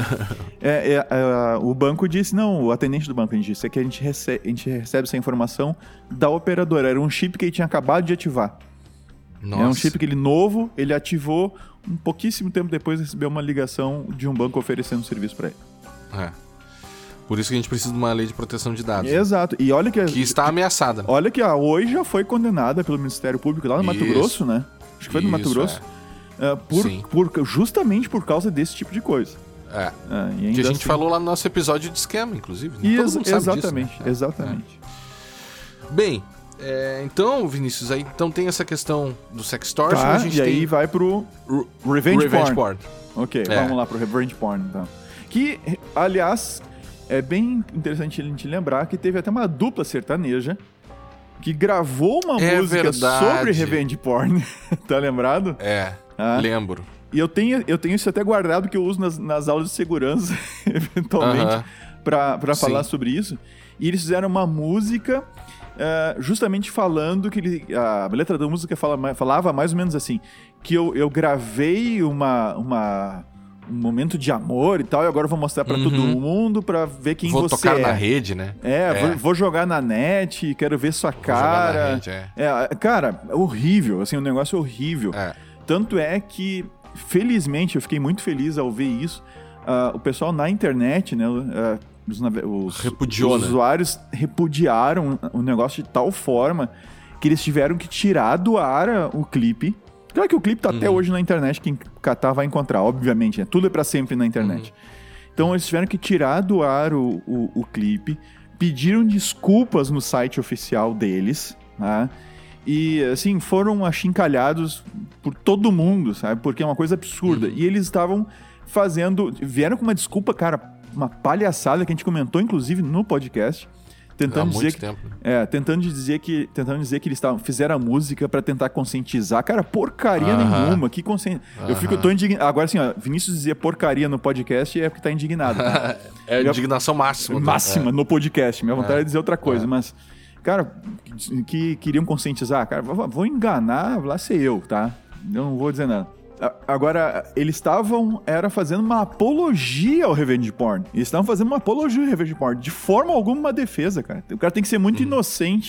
é, é, é, o banco disse, não, o atendente do banco a gente disse, é que a gente, recebe, a gente recebe essa informação da operadora. Era um chip que ele tinha acabado de ativar. Nossa. É um chip que ele novo, ele ativou, um pouquíssimo tempo depois recebeu uma ligação de um banco oferecendo serviço para ele. É. Por isso que a gente precisa de uma lei de proteção de dados. Exato. E olha que... Que está ameaçada. Olha que a Oi já foi condenada pelo Ministério Público lá no Mato isso. Grosso, né? Acho que foi no Mato Grosso. É. Uh, por, por, justamente por causa desse tipo de coisa. É. Uh, e que a gente assim... falou lá no nosso episódio de esquema, inclusive. Né? Todo mundo sabe exatamente, disso, né? exatamente. É. Bem, é, então, Vinícius, aí então tem essa questão do sextortion. Tá, a gente e tem... aí vai pro Revenge, Revenge Porn. porn. Ok, é. vamos lá pro Revenge Porn, então. Que, aliás, é bem interessante a gente lembrar que teve até uma dupla sertaneja que gravou uma é música verdade. sobre Revenge Porn. Tá lembrado? É, ah. lembro. E eu tenho, eu tenho isso até guardado que eu uso nas, nas aulas de segurança, eventualmente, uh-huh. pra, pra falar sobre isso. E eles fizeram uma música uh, justamente falando que ele, a letra da música fala, falava mais ou menos assim, que eu, eu gravei uma... uma um momento de amor e tal, e agora eu vou mostrar pra uhum. todo mundo pra ver quem vou você é. Vou tocar é. na rede, né? É, é. Vou, vou jogar na net, quero ver sua vou cara. Jogar na rede, é. É, cara, horrível, assim, um negócio horrível. É. Tanto é que, felizmente, eu fiquei muito feliz ao ver isso, uh, o pessoal na internet, né, uh, os, os, Repudiou, os né? usuários repudiaram o negócio de tal forma que eles tiveram que tirar do ar o clipe. Claro que o clipe tá uhum. até hoje na internet, quem catar vai encontrar, obviamente, né? Tudo é pra sempre na internet. Uhum. Então eles tiveram que tirar do ar o, o, o clipe, pediram desculpas no site oficial deles, né? E, assim, foram achincalhados por todo mundo, sabe? Porque é uma coisa absurda. Uhum. E eles estavam fazendo... Vieram com uma desculpa, cara, uma palhaçada que a gente comentou, inclusive, no podcast. Tentando dizer que, tempo. É, tentando dizer que, tentando dizer que eles tavam, fizeram a música pra tentar conscientizar. Cara, porcaria uh-huh. nenhuma. Que consci... uh-huh. Eu fico, tô indignado. Agora, assim, ó, Vinícius dizer porcaria no podcast é porque tá indignado. Tá? É a indignação máxima. Máxima é. no podcast. Minha vontade é, é dizer outra coisa, é. mas... Cara, que queriam conscientizar. Cara, vou enganar, lá ser eu, tá? Eu não vou dizer nada. Agora, eles estavam era fazendo uma apologia ao Revenge Porn. Eles estavam fazendo uma apologia ao Revenge Porn. De forma alguma uma defesa, cara. O cara tem que ser muito uhum. inocente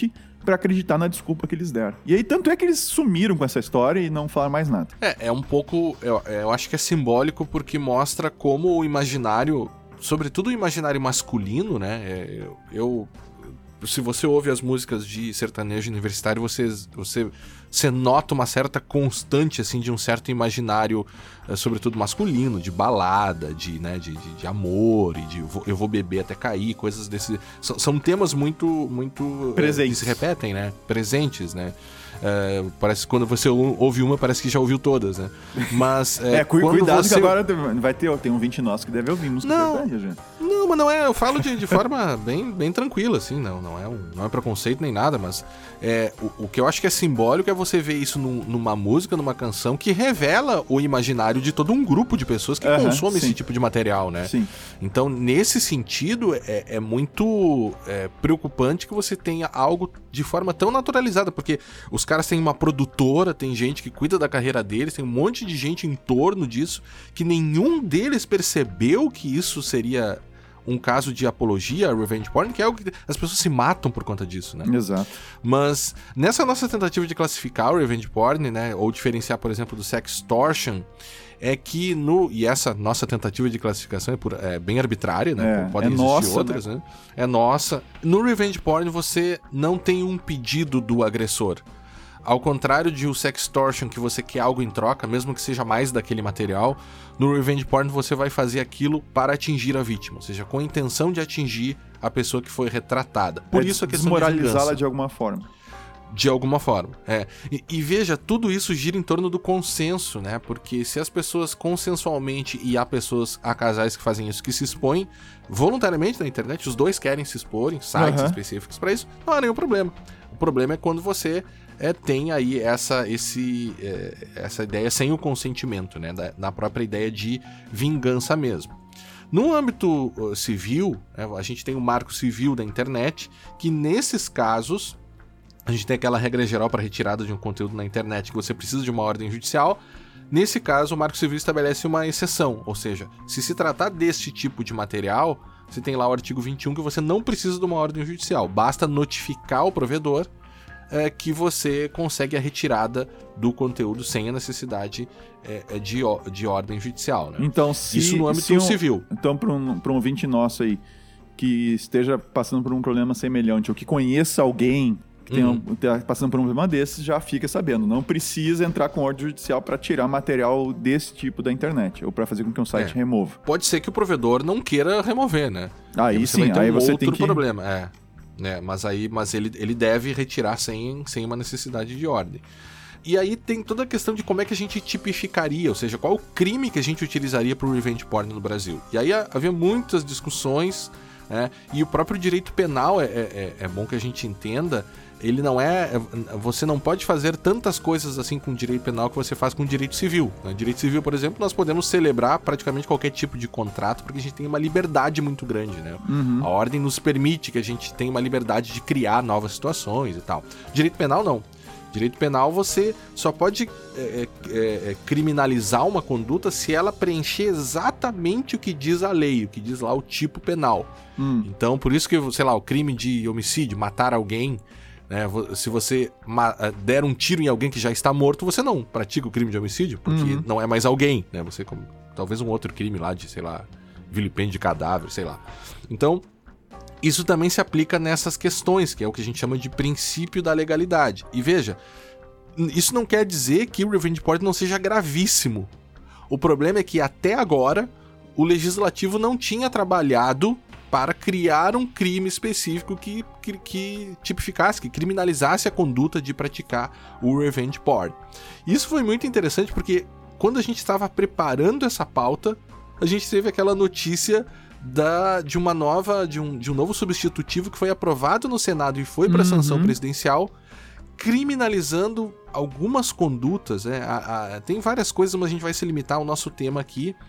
pra acreditar na desculpa que eles deram. E aí, tanto é que eles sumiram com essa história e não falaram mais nada. É, é um pouco... Eu, eu acho que é simbólico porque mostra como o imaginário, sobretudo o imaginário masculino, né? É, eu... eu se você ouve as músicas de sertanejo universitário, você, você, você nota uma certa constante, assim, de um certo imaginário, sobretudo masculino, de balada, de, né, de, de, de amor, e de eu vou beber até cair, coisas desse... São, são temas muito... muito presentes. Que se repetem, né? Presentes, né? É, parece que quando você ouve uma, parece que já ouviu todas, né? Mas... É, é cu cuidado você... que agora vai ter... Tem um vinte nossos que deve ouvir música não, verdade, gente. Não, mas não é... Eu falo de, de forma bem, bem tranquila, assim. Não, não, é um, não é preconceito nem nada, mas... É, o, o que eu acho que é simbólico é você ver isso num, numa música, numa canção que revela o imaginário de todo um grupo de pessoas que uh-huh, consomem sim. esse tipo de material, né? Sim. Então, nesse sentido, é, é muito é, preocupante que você tenha algo de forma tão naturalizada, porque os caras têm uma produtora, tem gente que cuida da carreira deles, tem um monte de gente em torno disso, que nenhum deles percebeu que isso seria um caso de apologia a revenge porn, que é algo que as pessoas se matam por conta disso, né? Exato. Mas nessa nossa tentativa de classificar o revenge porn, né, ou diferenciar, por exemplo, do sextortion, é que no... E essa nossa tentativa de classificação é, por, é bem arbitrária, né? É, Podem é existir nossa, outras, né? né? É nossa. No revenge porn você não tem um pedido do agressor. Ao contrário de o sextortion, que você quer algo em troca, mesmo que seja mais daquele material, no revenge porn você vai fazer aquilo para atingir a vítima, ou seja, com a intenção de atingir a pessoa que foi retratada. Por é isso a questão de desmoralizá-la de alguma forma. De alguma forma, é. E, e veja, tudo isso gira em torno do consenso, né? Porque se as pessoas consensualmente, e há pessoas, há casais que fazem isso, que se expõem voluntariamente na internet, os dois querem se expor em sites uhum. específicos para isso, não há nenhum problema. O problema é quando você é, tem aí essa, esse, é, essa ideia sem o consentimento, né? Da, na própria ideia de vingança mesmo. No âmbito uh, civil, né, a gente tem o marco civil da internet, que nesses casos... A gente tem aquela regra geral para retirada de um conteúdo na internet que você precisa de uma ordem judicial. Nesse caso, o Marco Civil estabelece uma exceção, ou seja, se se tratar deste tipo de material, você tem lá o artigo vinte e um que você não precisa de uma ordem judicial, basta notificar o provedor é, que você consegue a retirada do conteúdo sem a necessidade é, de, de ordem judicial. Né? Então, se, Isso no âmbito se um, civil. Então, para um, para um ouvinte nosso aí que esteja passando por um problema semelhante ou que conheça alguém que tem uhum. um, tá passando por um problema desses, já fica sabendo. Não precisa entrar com ordem judicial para tirar material desse tipo da internet, ou para fazer com que um site é. remova. Pode ser que o provedor não queira remover, né? Aí você sim, vai ter aí um você outro tem que... problema. É, né? Mas aí, mas ele, ele deve retirar sem, sem uma necessidade de ordem. E aí tem toda a questão de como é que a gente tipificaria, ou seja, qual o crime que a gente utilizaria para o revenge porn no Brasil. E aí havia muitas discussões, né? E o próprio direito penal, é, é, é bom que a gente entenda, ele não é... Você não pode fazer tantas coisas assim com direito penal que você faz com direito civil. No direito civil, por exemplo, nós podemos celebrar praticamente qualquer tipo de contrato porque a gente tem uma liberdade muito grande, né? Uhum. A ordem nos permite que a gente tenha uma liberdade de criar novas situações e tal. Direito penal, não. Direito penal, você só pode é, é, criminalizar uma conduta se ela preencher exatamente o que diz a lei, o que diz lá o tipo penal. Hum. Então, por isso que, sei lá, o crime de homicídio, matar alguém... Né, se você der um tiro em alguém que já está morto, você não pratica o crime de homicídio, porque uhum. não é mais alguém, né? Você como, talvez um outro crime lá de, sei lá, vilipêndio de cadáver, sei lá. Então, isso também se aplica nessas questões, que é o que a gente chama de princípio da legalidade. E veja, isso não quer dizer que o revenge porn não seja gravíssimo. O problema é que até agora o legislativo não tinha trabalhado para criar um crime específico que, que, que tipificasse, que criminalizasse a conduta de praticar o revenge porn. Isso foi muito interessante porque quando a gente estava preparando essa pauta, a gente teve aquela notícia da, de uma nova, de um, de um novo substitutivo que foi aprovado no Senado e foi para a uhum. sanção presidencial, criminalizando algumas condutas, né? A, a, tem várias coisas, mas a gente vai se limitar ao nosso tema aqui.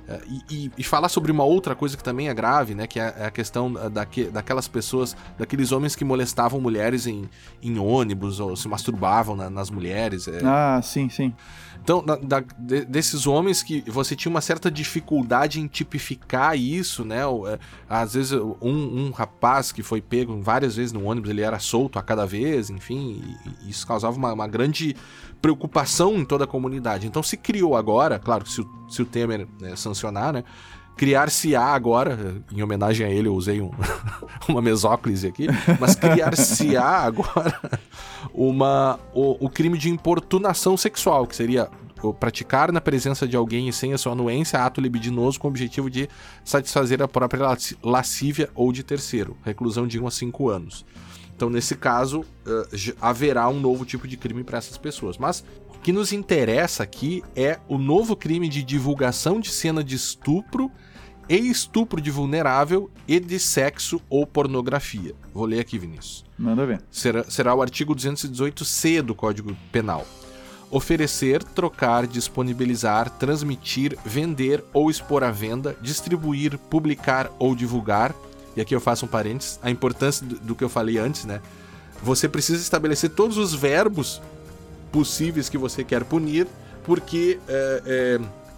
E, e, e falar sobre uma outra coisa que também é grave, né? Que é, é a questão daque, daquelas pessoas, daqueles homens que molestavam mulheres em, em ônibus ou se masturbavam na, nas mulheres. É. Ah, sim, sim. Então, da, da, de, desses homens que você tinha uma certa dificuldade em tipificar isso, né? Ou, é, às vezes um, um rapaz que foi pego várias vezes no ônibus, ele era solto a cada vez, enfim, e, e isso causava uma, uma grande preocupação em toda a comunidade. Então se criou agora, claro, se o, se o Temer, né, sancionar, né? Criar-se-á agora, em homenagem a ele eu usei um, uma mesóclise aqui, mas criar-se-á agora uma, o, o crime de importunação sexual, que seria o praticar na presença de alguém e sem a sua anuência ato libidinoso com o objetivo de satisfazer a própria lascívia ou de terceiro, reclusão de um a cinco anos. Então, nesse caso, uh, haverá um novo tipo de crime para essas pessoas. Mas o que nos interessa aqui é o novo crime de divulgação de cena de estupro e estupro de vulnerável e de sexo ou pornografia. Vou ler aqui, Vinícius. Manda ver. Será, será o artigo duzentos e dezoito C do Código Penal. Oferecer, trocar, disponibilizar, transmitir, vender ou expor à venda, distribuir, publicar ou divulgar. E aqui eu faço um parênteses, a importância do, do que eu falei antes, né? Você precisa estabelecer todos os verbos possíveis que você quer punir, porque é, é,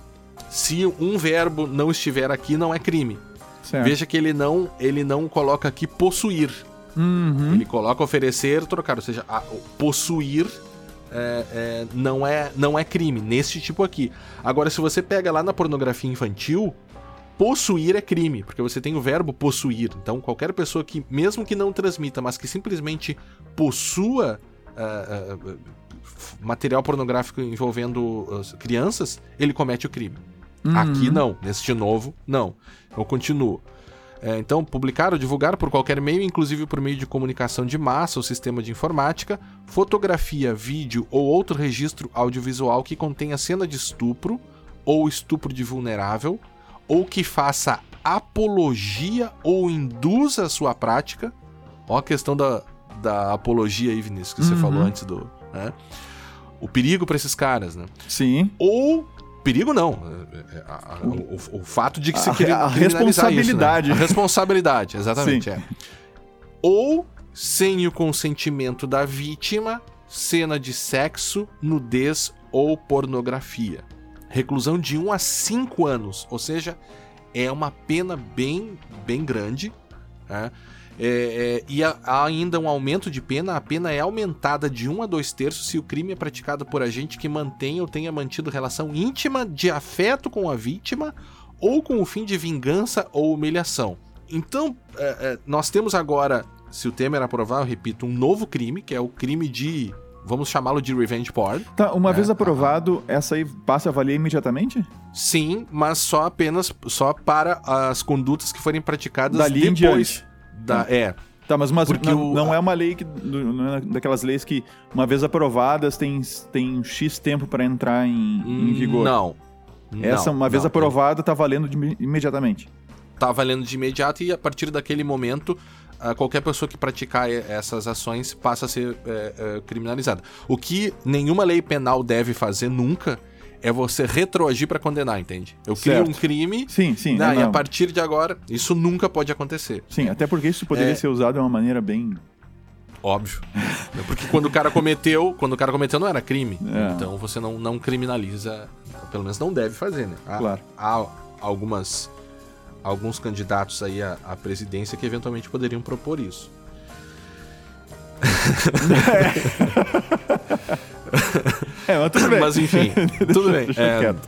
se um verbo não estiver aqui, não é crime. Certo. Veja que ele não, ele não coloca aqui possuir. Uhum. Ele coloca oferecer, trocar. Ou seja, a, possuir é, é, não, é, não é crime, nesse tipo aqui. Agora, se você pega lá na pornografia infantil, possuir é crime, porque você tem o verbo possuir. Então, qualquer pessoa que, mesmo que não transmita, mas que simplesmente possua uh, uh, material pornográfico envolvendo uh, crianças, ele comete o crime. Uhum. Aqui não, neste novo, não. Eu continuo. É, então, publicar ou divulgar por qualquer meio, inclusive por meio de comunicação de massa ou sistema de informática, fotografia, vídeo ou outro registro audiovisual que contenha cena de estupro ou estupro de vulnerável, ou que faça apologia ou induza a sua prática. Ó a questão da, da apologia aí, Vinícius, que uhum. você falou antes do... Né? O perigo para esses caras, né? Sim. Ou... Perigo não. O, o, o fato de que se queria a responsabilidade. Isso, né? A responsabilidade, exatamente. Sim. É. Ou, sem o consentimento da vítima, cena de sexo, nudez ou pornografia. Reclusão de um a cinco anos, ou seja, é uma pena bem, bem grande, né? É, é, e há ainda um aumento de pena. A pena é aumentada de um a dois terços se o crime é praticado por agente que mantenha ou tenha mantido relação íntima de afeto com a vítima ou com o fim de vingança ou humilhação. Então, é, é, nós temos agora, se o Temer aprovar, eu repito, um novo crime, que é o crime de... Vamos chamá-lo de revenge porn. Tá, uma né? vez aprovado, essa aí passa a valer imediatamente? Sim, mas só apenas só para as condutas que forem praticadas dali depois. Da, ah. É. Tá, mas, mas não, o... não é uma lei que, não é daquelas leis que, uma vez aprovadas, tem, tem X tempo para entrar em, em vigor. Não. Essa, não, uma vez não, aprovada, tá valendo de, imediatamente. Tá valendo de imediato e a partir daquele momento... qualquer pessoa que praticar essas ações passa a ser é, é, criminalizada. O que nenhuma lei penal deve fazer nunca é você retroagir para condenar, entende? Eu crio certo. um crime sim, sim, né, não, e não. a partir de agora, isso nunca pode acontecer. Sim, até porque isso poderia é... ser usado de uma maneira bem... Óbvio. Porque quando o cara cometeu, quando o cara cometeu não era crime. É. Então você não, não criminaliza, pelo menos não deve fazer, né? Há, claro. há algumas... alguns candidatos aí à, à presidência que eventualmente poderiam propor isso. É, mas tudo bem. Mas enfim, tudo bem. Deixa É... quieto.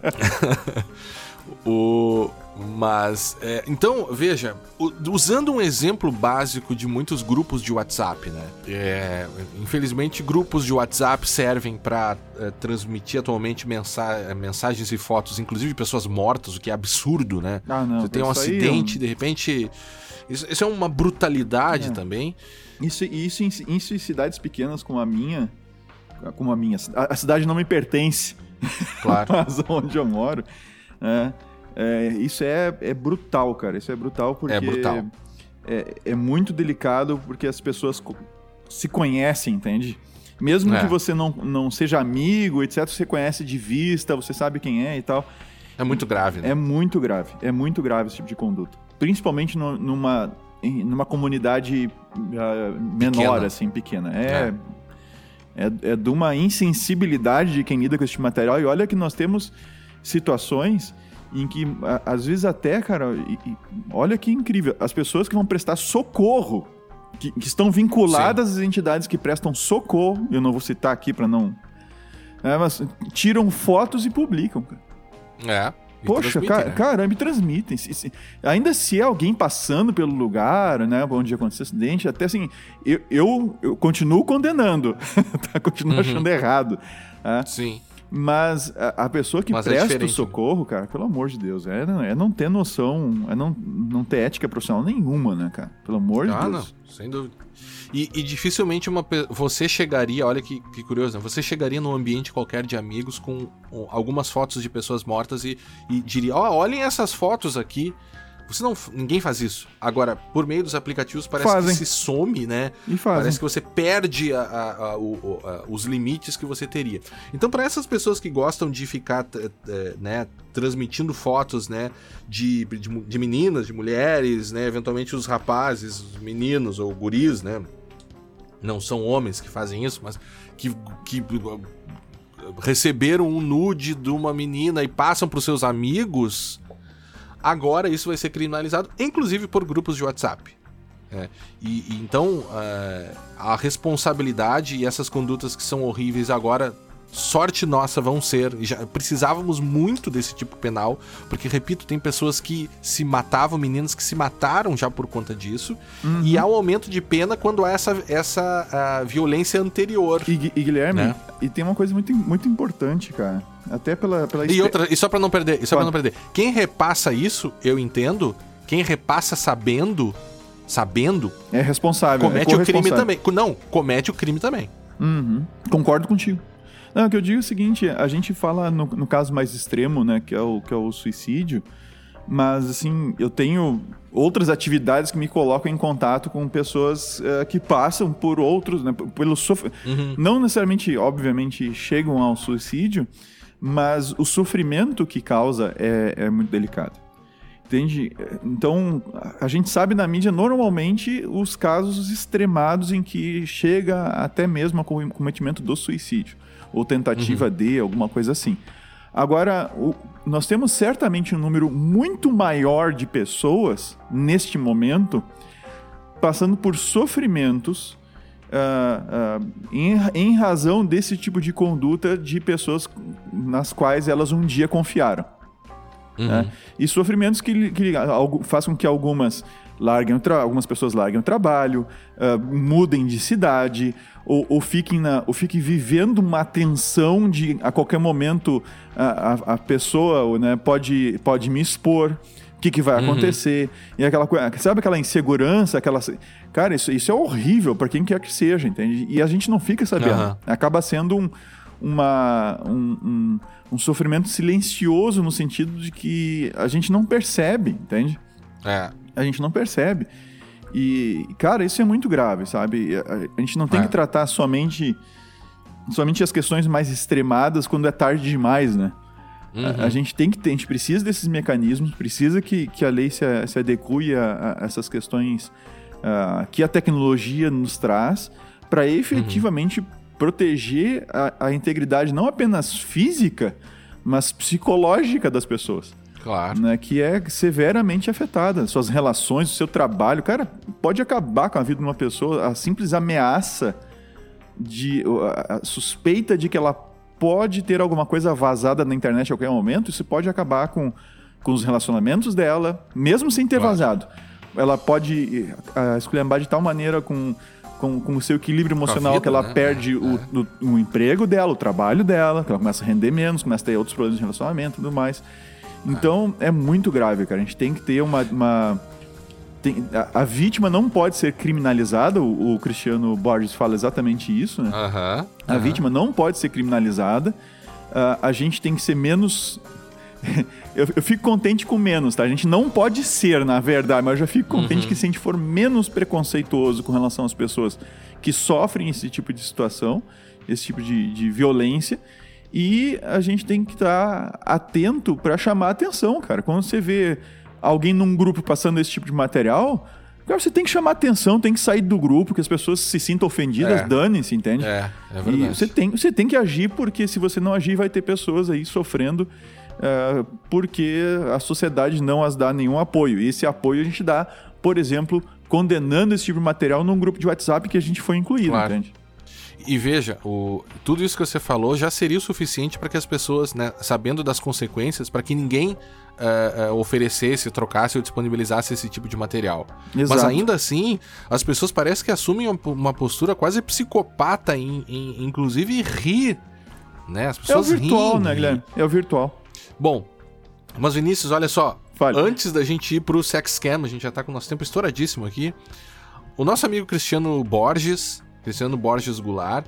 o... Mas, é... então, veja, o... usando um exemplo básico de muitos grupos de WhatsApp, né? É... Infelizmente, grupos de WhatsApp servem para é, transmitir atualmente mensa... mensagens e fotos, inclusive de pessoas mortas, o que é absurdo, né? Ah, não. Você tem um acidente, é um... de repente... Isso, isso é uma brutalidade é. também. Isso, isso, isso em cidades pequenas como a minha... Como a minha... A cidade não me pertence. Claro. Mas onde eu moro... É... É, isso é, é brutal, cara. Isso é brutal porque... É brutal. É, é muito delicado porque as pessoas co- se conhecem, entende? Mesmo é. que você não, não seja amigo, etcétera, você conhece de vista, você sabe quem é e tal. É muito grave, né? É muito grave. É muito grave esse tipo de conduta. Principalmente no, numa, numa comunidade uh, menor, pequena. assim, pequena. É, é. É, é de uma insensibilidade de quem lida com esse tipo de material. E olha que nós temos situações em que, às vezes até, cara, e, e, olha que incrível, as pessoas que vão prestar socorro, que, que estão vinculadas Sim. às entidades que prestam socorro, eu não vou citar aqui para não... É, mas tiram fotos e publicam, cara. É. Poxa, ca né? caramba, e transmitem. Se, se, ainda se é alguém passando pelo lugar, né, onde aconteceu esse acidente, até assim, eu, eu, eu continuo condenando, tá? Continuo uhum. achando errado. Tá? Sim. Mas a, a pessoa que Mas presta é o socorro, cara, pelo amor de Deus, é, é não ter noção, é não, não ter ética profissional nenhuma, né, cara? Pelo amor ah, de Deus. Não, sem dúvida. E, e dificilmente uma você chegaria, olha que, que curioso, né? Você chegaria num ambiente qualquer de amigos com um, algumas fotos de pessoas mortas e, e diria, ó, oh, olhem essas fotos aqui. Você não, ninguém faz isso. Agora, por meio dos aplicativos, parece fazem. que se some, né? E fazem. Parece que você perde a, a, a, o, a, os limites que você teria. Então, para essas pessoas que gostam de ficar é, né, transmitindo fotos, né, de, de, de meninas, de mulheres, né, eventualmente os rapazes, os meninos ou guris, né? Não são homens que fazem isso, mas que, que receberam um nude de uma menina e passam para os seus amigos... Agora isso vai ser criminalizado, inclusive por grupos de WhatsApp. É, e, e então é, a responsabilidade e essas condutas que são horríveis agora, sorte nossa, vão ser. Já precisávamos muito desse tipo penal, porque, repito, tem pessoas que se matavam, meninas que se mataram já por conta disso, uhum. e há um aumento de pena quando há essa, essa violência anterior. E, e Guilherme, né? E tem uma coisa muito, muito importante, cara. Até pela... pela e, outra, e só pra não perder, e só pra não perder, quem repassa isso, eu entendo, quem repassa sabendo, sabendo... É responsável, comete é o crime também. Não, comete o crime também. Uhum. Concordo contigo. Não, o que eu digo é o seguinte, a gente fala no, no caso mais extremo, né, que é, o, que é o suicídio, mas, assim, eu tenho outras atividades que me colocam em contato com pessoas uh, que passam por outros, né, pelo sof... uhum. Não necessariamente, obviamente, chegam ao suicídio, mas o sofrimento que causa é, é muito delicado. Entende? Então, a gente sabe na mídia, normalmente, os casos extremados em que chega até mesmo ao cometimento do suicídio, ou tentativa uhum. de, alguma coisa assim. Agora, o, nós temos certamente um número muito maior de pessoas, neste momento, passando por sofrimentos uh, uh, em, em razão desse tipo de conduta de pessoas nas quais elas um dia confiaram. Uhum. Né? E sofrimentos que, que fazem com que algumas, larguem o tra- algumas pessoas larguem o trabalho, uh, mudem de cidade, ou, ou, fiquem na, ou fiquem vivendo uma tensão de a qualquer momento a, a, a pessoa, né, pode, pode me expor, o que, que vai uhum. acontecer, e aquela coisa, sabe aquela insegurança, aquela... Cara, isso, isso é horrível para quem quer que seja, entende? E a gente não fica sabendo. Uhum. Acaba sendo um, uma, um, um, um sofrimento silencioso no sentido de que a gente não percebe, entende? É. A gente não percebe. E, cara, isso é muito grave, sabe? A gente não tem é. que tratar somente, somente as questões mais extremadas quando é tarde demais, né? Uhum. A, a gente tem que ter, a gente precisa desses mecanismos, precisa que, que a lei se, se adeque a, a essas questões uh, que a tecnologia nos traz para efetivamente uhum. proteger a, a integridade não apenas física, mas psicológica das pessoas. Claro. Né, que é severamente afetada. Suas relações, o seu trabalho. Cara, pode acabar com a vida de uma pessoa. A simples ameaça, de, a, a suspeita de que ela pode ter alguma coisa vazada na internet a qualquer momento, isso pode acabar com, com os relacionamentos dela, mesmo sem ter claro. vazado. Ela pode uh, esculhambar de tal maneira com, com, com o seu equilíbrio emocional vida, que ela né? perde é. o, o, o emprego dela, o trabalho dela, que ela começa a render menos, começa a ter outros problemas de relacionamento e tudo mais. Então, é muito grave, cara. A gente tem que ter uma... uma tem, a, a vítima não pode ser criminalizada. O, o Cristiano Borges fala exatamente isso, né? Uhum, a uhum. vítima não pode ser criminalizada. Uh, a gente tem que ser menos... eu, eu fico contente com menos, tá? A gente não pode ser, na verdade, mas eu já fico contente uhum. que se a gente for menos preconceituoso com relação às pessoas que sofrem esse tipo de situação, esse tipo de, de violência, E a gente tem que estar atento para chamar a atenção, cara. Quando você vê alguém num grupo passando esse tipo de material, cara, você tem que chamar a atenção, tem que sair do grupo, que as pessoas se sintam ofendidas, É. dane-se, entende? É, é verdade. E você tem, você tem que agir, porque se você não agir, vai ter pessoas aí sofrendo uh, porque a sociedade não as dá nenhum apoio. E esse apoio a gente dá, por exemplo, condenando esse tipo de material num grupo de WhatsApp que a gente foi incluído, Claro. entende? E veja, o, tudo isso que você falou já seria o suficiente para que as pessoas, né, sabendo das consequências, para que ninguém uh, uh, oferecesse, trocasse ou disponibilizasse esse tipo de material. Exato. Mas ainda assim, as pessoas parecem que assumem uma postura quase psicopata em, em inclusive rir, né? As É o pessoas virtual, riem, né, Guilherme? É o virtual. Bom, mas Vinícius, olha só, Fale. antes da gente ir pro sex scam, a gente já tá com o nosso tempo estouradíssimo aqui, o nosso amigo Cristiano Borges, Cristiano Borges Goulart,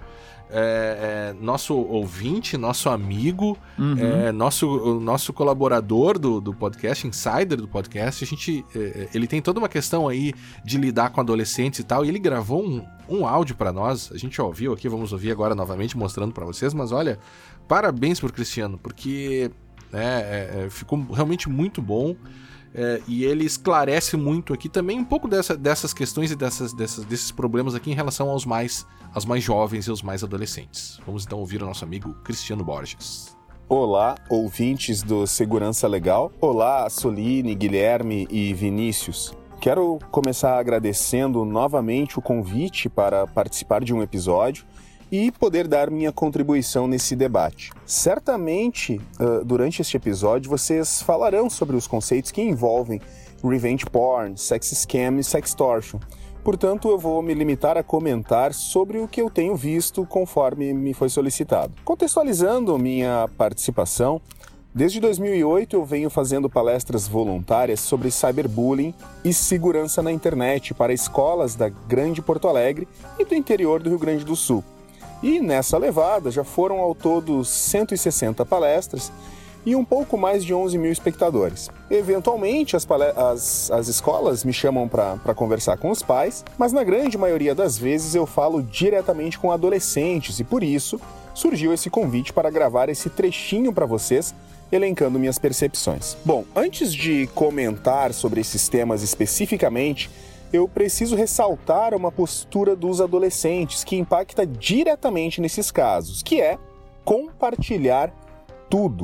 é, é, nosso ouvinte, nosso amigo, Uhum. é, nosso, nosso colaborador do, do podcast, insider do podcast, a gente, é, ele tem toda uma questão aí de lidar com adolescentes e tal, e ele gravou um, um áudio pra nós, a gente já ouviu aqui, vamos ouvir agora novamente mostrando pra vocês, mas olha, parabéns pro Cristiano, porque né, é, é, ficou realmente muito bom. É, e ele esclarece muito aqui também um pouco dessa, dessas questões e dessas, dessas, desses problemas aqui em relação aos mais, aos mais jovens e aos mais adolescentes. Vamos então ouvir o nosso amigo Cristiano Borges. Olá, ouvintes do Segurança Legal. Olá, Soline, Guilherme e Vinícius. Quero começar agradecendo novamente o convite para participar de um episódio e poder dar minha contribuição nesse debate. Certamente, uh, durante este episódio, vocês falarão sobre os conceitos que envolvem revenge porn, sex scam e sextortion. Portanto, eu vou me limitar a comentar sobre o que eu tenho visto conforme me foi solicitado. Contextualizando minha participação, desde dois mil e oito eu venho fazendo palestras voluntárias sobre cyberbullying e segurança na internet para escolas da Grande Porto Alegre e do interior do Rio Grande do Sul. E nessa levada já foram ao todo cento e sessenta palestras e um pouco mais de onze mil espectadores. Eventualmente, as, as, as escolas me chamam para conversar com os pais, mas na grande maioria das vezes eu falo diretamente com adolescentes e por isso surgiu esse convite para gravar esse trechinho para vocês, elencando minhas percepções. Bom, antes de comentar sobre esses temas especificamente, eu preciso ressaltar uma postura dos adolescentes que impacta diretamente nesses casos, que é compartilhar tudo.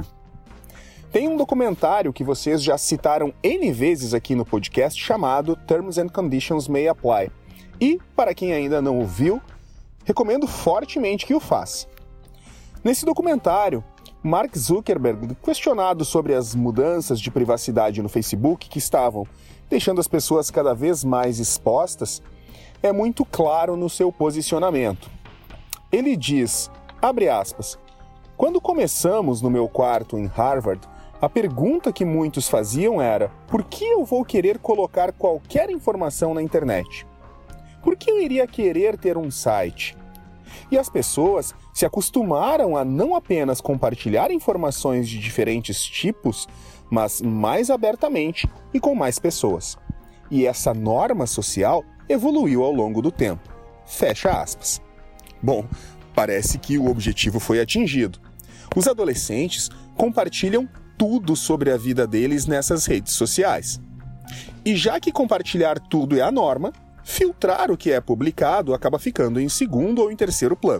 Tem um documentário que vocês já citaram N vezes aqui no podcast chamado Terms and Conditions May Apply. E, para quem ainda não o viu, recomendo fortemente que o faça. Nesse documentário, Mark Zuckerberg, questionado sobre as mudanças de privacidade no Facebook que estavam deixando as pessoas cada vez mais expostas, é muito claro no seu posicionamento. Ele diz, abre aspas, quando começamos no meu quarto em Harvard, a pergunta que muitos faziam era, por que eu vou querer colocar qualquer informação na internet? Por que eu iria querer ter um site? E as pessoas se acostumaram a não apenas compartilhar informações de diferentes tipos, mas mais abertamente e com mais pessoas. E essa norma social evoluiu ao longo do tempo. Fecha aspas. Bom, parece que o objetivo foi atingido. Os adolescentes compartilham tudo sobre a vida deles nessas redes sociais. E já que compartilhar tudo é a norma, filtrar o que é publicado acaba ficando em segundo ou em terceiro plano.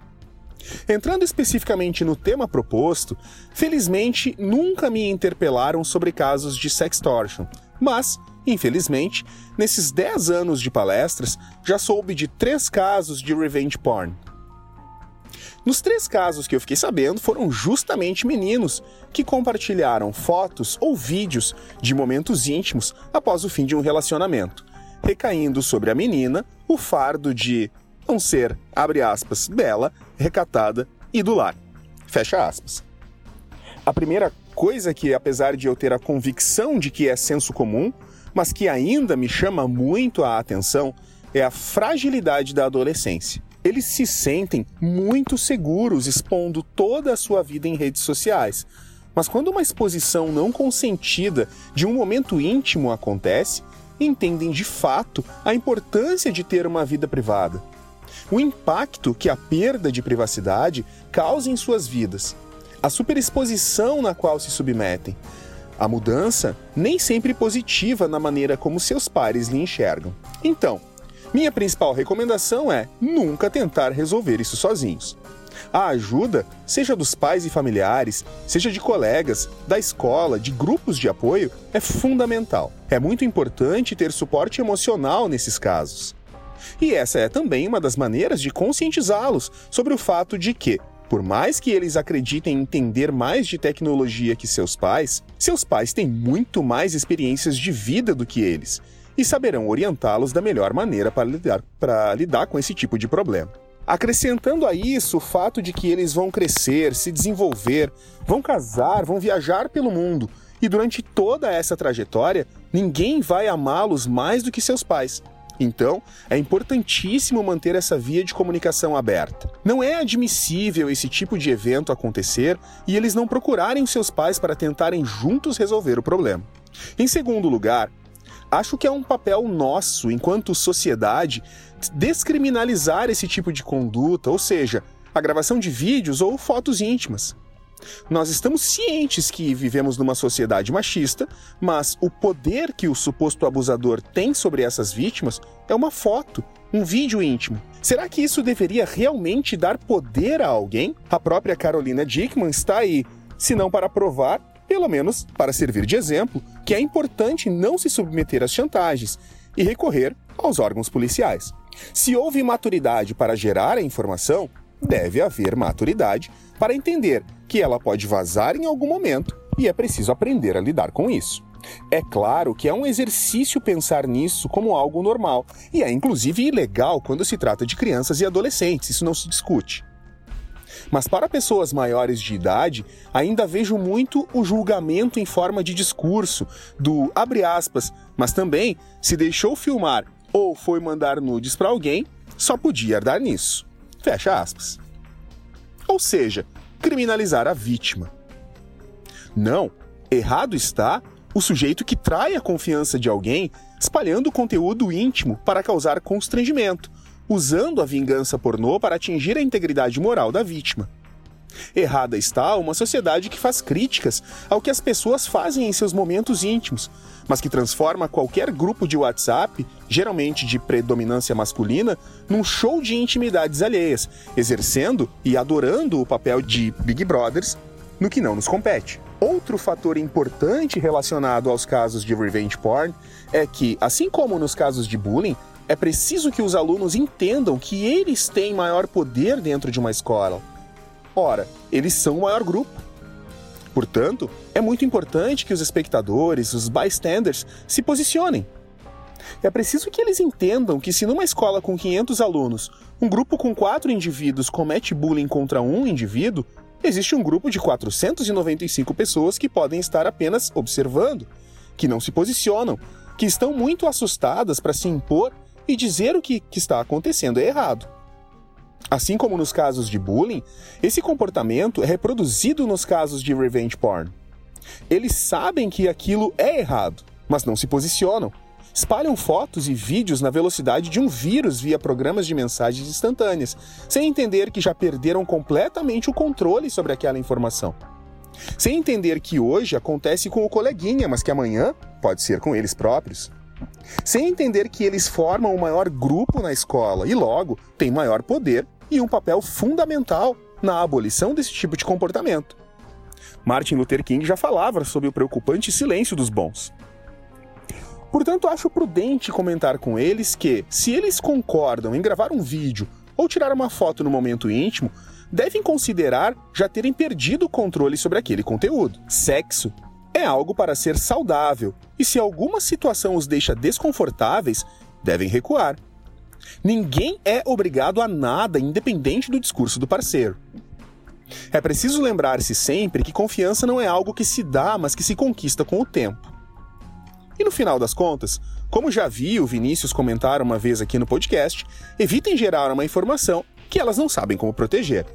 Entrando especificamente no tema proposto, felizmente nunca me interpelaram sobre casos de sextortion, mas, infelizmente, nesses dez anos de palestras, já soube de três casos de revenge porn. Nos três casos que eu fiquei sabendo, foram justamente meninos que compartilharam fotos ou vídeos de momentos íntimos após o fim de um relacionamento, recaindo sobre a menina o fardo de não ser, abre aspas, bela, recatada e do lar. Fecha aspas. A primeira coisa que, apesar de eu ter a convicção de que é senso comum, mas que ainda me chama muito a atenção, é a fragilidade da adolescência. Eles se sentem muito seguros expondo toda a sua vida em redes sociais, mas quando uma exposição não consentida de um momento íntimo acontece, entendem de fato a importância de ter uma vida privada. O impacto que a perda de privacidade causa em suas vidas a superexposição na qual se submetem, a mudança nem sempre positiva na maneira como seus pares lhe enxergam. Então, minha principal recomendação é nunca tentar resolver isso sozinhos. A ajuda, seja dos pais e familiares, seja de colegas, da escola, de grupos de apoio, é fundamental. É muito importante ter suporte emocional nesses casos. E essa é também uma das maneiras de conscientizá-los sobre o fato de que, por mais que eles acreditem entender mais de tecnologia que seus pais, seus pais têm muito mais experiências de vida do que eles e saberão orientá-los da melhor maneira para lidar, para lidar com esse tipo de problema. Acrescentando a isso o fato de que eles vão crescer, se desenvolver, vão casar, vão viajar pelo mundo e durante toda essa trajetória, ninguém vai amá-los mais do que seus pais. Então, é importantíssimo manter essa via de comunicação aberta. Não é admissível esse tipo de evento acontecer e eles não procurarem os seus pais para tentarem juntos resolver o problema. Em segundo lugar, acho que é um papel nosso, enquanto sociedade, descriminalizar esse tipo de conduta, ou seja, a gravação de vídeos ou fotos íntimas. Nós estamos cientes que vivemos numa sociedade machista, mas o poder que o suposto abusador tem sobre essas vítimas é uma foto, um vídeo íntimo. Será que isso deveria realmente dar poder a alguém? A própria Carolina Dickman está aí, se não para provar, pelo menos para servir de exemplo, que é importante não se submeter às chantagens e recorrer aos órgãos policiais. Se houve maturidade para gerar a informação, deve haver maturidade para entender que ela pode vazar em algum momento e é preciso aprender a lidar com isso. É claro que é um exercício pensar nisso como algo normal e é inclusive ilegal quando se trata de crianças e adolescentes, isso não se discute. Mas para pessoas maiores de idade, ainda vejo muito o julgamento em forma de discurso, do abre aspas, mas também se deixou filmar ou foi mandar nudes para alguém, só podia dar nisso. Fecha aspas. Ou seja, criminalizar a vítima. Não, errado está o sujeito que trai a confiança de alguém espalhando conteúdo íntimo para causar constrangimento, usando a vingança pornô para atingir a integridade moral da vítima. Errada está uma sociedade que faz críticas ao que as pessoas fazem em seus momentos íntimos, mas que transforma qualquer grupo de WhatsApp, geralmente de predominância masculina, num show de intimidades alheias, exercendo e adorando o papel de Big Brothers no que não nos compete. Outro fator importante relacionado aos casos de revenge porn é que, assim como nos casos de bullying, é preciso que os alunos entendam que eles têm maior poder dentro de uma escola. Ora, eles são o maior grupo. Portanto, é muito importante que os espectadores, os bystanders, se posicionem. É preciso que eles entendam que se numa escola com quinhentos alunos, um grupo com quatro indivíduos comete bullying contra um indivíduo, existe um grupo de quatrocentas e noventa e cinco pessoas que podem estar apenas observando, que não se posicionam, que estão muito assustadas para se impor e dizer o que, que está acontecendo é errado. Assim como nos casos de bullying, esse comportamento é reproduzido nos casos de revenge porn. Eles sabem que aquilo é errado, mas não se posicionam. Espalham fotos e vídeos na velocidade de um vírus via programas de mensagens instantâneas, sem entender que já perderam completamente o controle sobre aquela informação. Sem entender que hoje acontece com o coleguinha, mas que amanhã pode ser com eles próprios. Sem entender que eles formam o maior grupo na escola e, logo, têm maior poder e um papel fundamental na abolição desse tipo de comportamento. Martin Luther King já falava sobre o preocupante silêncio dos bons. Portanto, acho prudente comentar com eles que, se eles concordam em gravar um vídeo ou tirar uma foto no momento íntimo, devem considerar já terem perdido o controle sobre aquele conteúdo. Sexo é algo para ser saudável, e se alguma situação os deixa desconfortáveis, devem recuar. Ninguém é obrigado a nada, independente do discurso do parceiro. É preciso lembrar-se sempre que confiança não é algo que se dá, mas que se conquista com o tempo. E no final das contas, como já vi o Vinícius comentar uma vez aqui no podcast, evitem gerar uma informação que elas não sabem como proteger.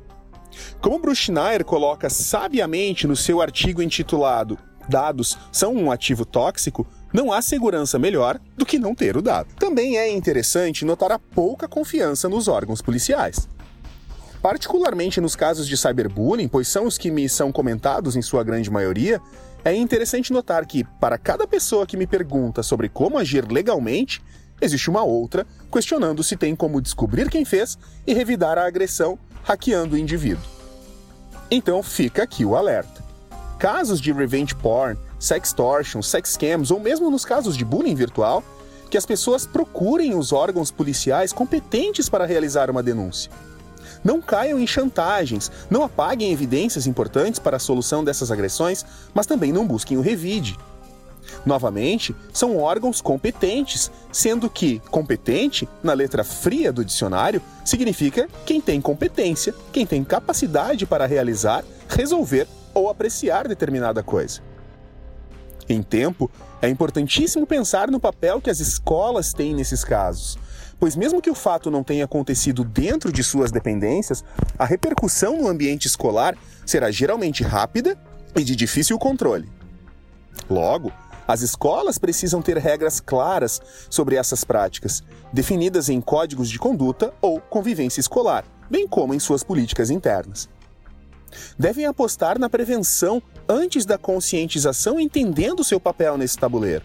Como Bruce Schneier coloca sabiamente no seu artigo intitulado "Dados são um ativo tóxico", não há segurança melhor do que não ter o dado. Também é interessante notar a pouca confiança nos órgãos policiais. Particularmente nos casos de cyberbullying, pois são os que me são comentados em sua grande maioria, é interessante notar que, para cada pessoa que me pergunta sobre como agir legalmente, existe uma outra questionando se tem como descobrir quem fez e revidar a agressão hackeando o indivíduo. Então fica aqui o alerta. Casos de revenge porn, sextortion, sex scams ou mesmo nos casos de bullying virtual, que as pessoas procurem os órgãos policiais competentes para realizar uma denúncia. Não caiam em chantagens, não apaguem evidências importantes para a solução dessas agressões, mas também não busquem o revide. Novamente, são órgãos competentes, sendo que competente, na letra fria do dicionário, significa quem tem competência, quem tem capacidade para realizar, resolver ou apreciar determinada coisa. Em tempo, é importantíssimo pensar no papel que as escolas têm nesses casos, pois mesmo que o fato não tenha acontecido dentro de suas dependências, a repercussão no ambiente escolar será geralmente rápida e de difícil controle. Logo, as escolas precisam ter regras claras sobre essas práticas, definidas em códigos de conduta ou convivência escolar, bem como em suas políticas internas. Devem apostar na prevenção antes da conscientização, entendendo seu papel nesse tabuleiro.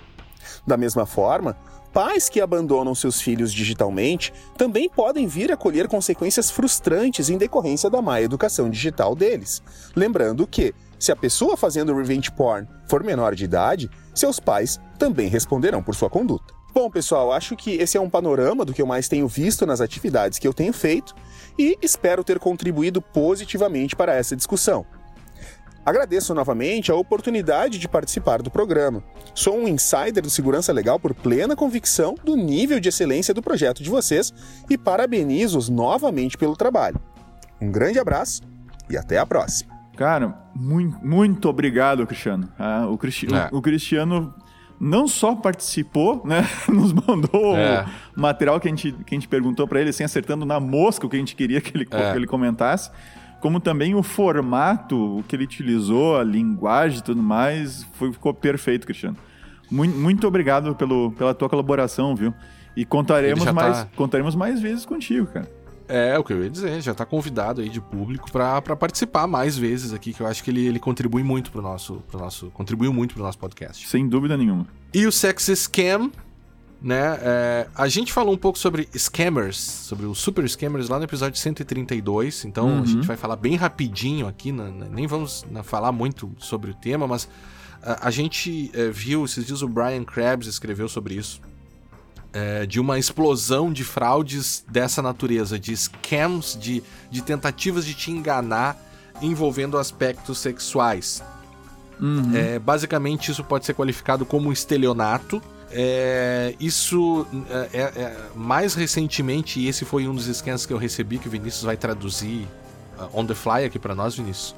Da mesma forma, pais que abandonam seus filhos digitalmente também podem vir a colher consequências frustrantes em decorrência da má educação digital deles. Lembrando que, se a pessoa fazendo revenge porn for menor de idade, seus pais também responderão por sua conduta. Bom, pessoal, acho que esse é um panorama do que eu mais tenho visto nas atividades que eu tenho feito e espero ter contribuído positivamente para essa discussão. Agradeço novamente a oportunidade de participar do programa. Sou um insider do Segurança Legal por plena convicção do nível de excelência do projeto de vocês e parabenizo-os novamente pelo trabalho. Um grande abraço e até a próxima. Cara, muito, muito obrigado, Cristiano. Ah, o, Cristi- é. o, o Cristiano não só participou, né? Nos mandou é. o material que a gente, que a gente perguntou para ele, assim, acertando na mosca o que a gente queria que ele, é. que ele comentasse, como também o formato, o que ele utilizou, a linguagem e tudo mais, foi, ficou perfeito, Cristiano. Muito, muito obrigado pelo, pela tua colaboração, viu? E contaremos mais, tá... contaremos mais vezes contigo, cara. É, o que eu ia dizer, já tá convidado aí de público pra, pra participar mais vezes aqui, que eu acho que ele, ele contribui muito pro nosso, pro nosso, contribuiu muito pro nosso podcast. Sem dúvida nenhuma. E o Sex Scam, né, é, a gente falou um pouco sobre scammers, sobre os super scammers lá no episódio cento e trinta e dois, então uhum. a gente vai falar bem rapidinho aqui, na, na, nem vamos na, falar muito sobre o tema, mas a, a gente é, viu, esses dias o Brian Krebs escreveu sobre isso, É, de uma explosão de fraudes dessa natureza, de scams, de, de tentativas de te enganar envolvendo aspectos sexuais. Uhum. É, basicamente, isso pode ser qualificado como estelionato. É, isso, é, é, mais recentemente, e esse foi um dos scams que eu recebi, que o Vinícius vai traduzir uh, on the fly aqui pra nós, Vinícius,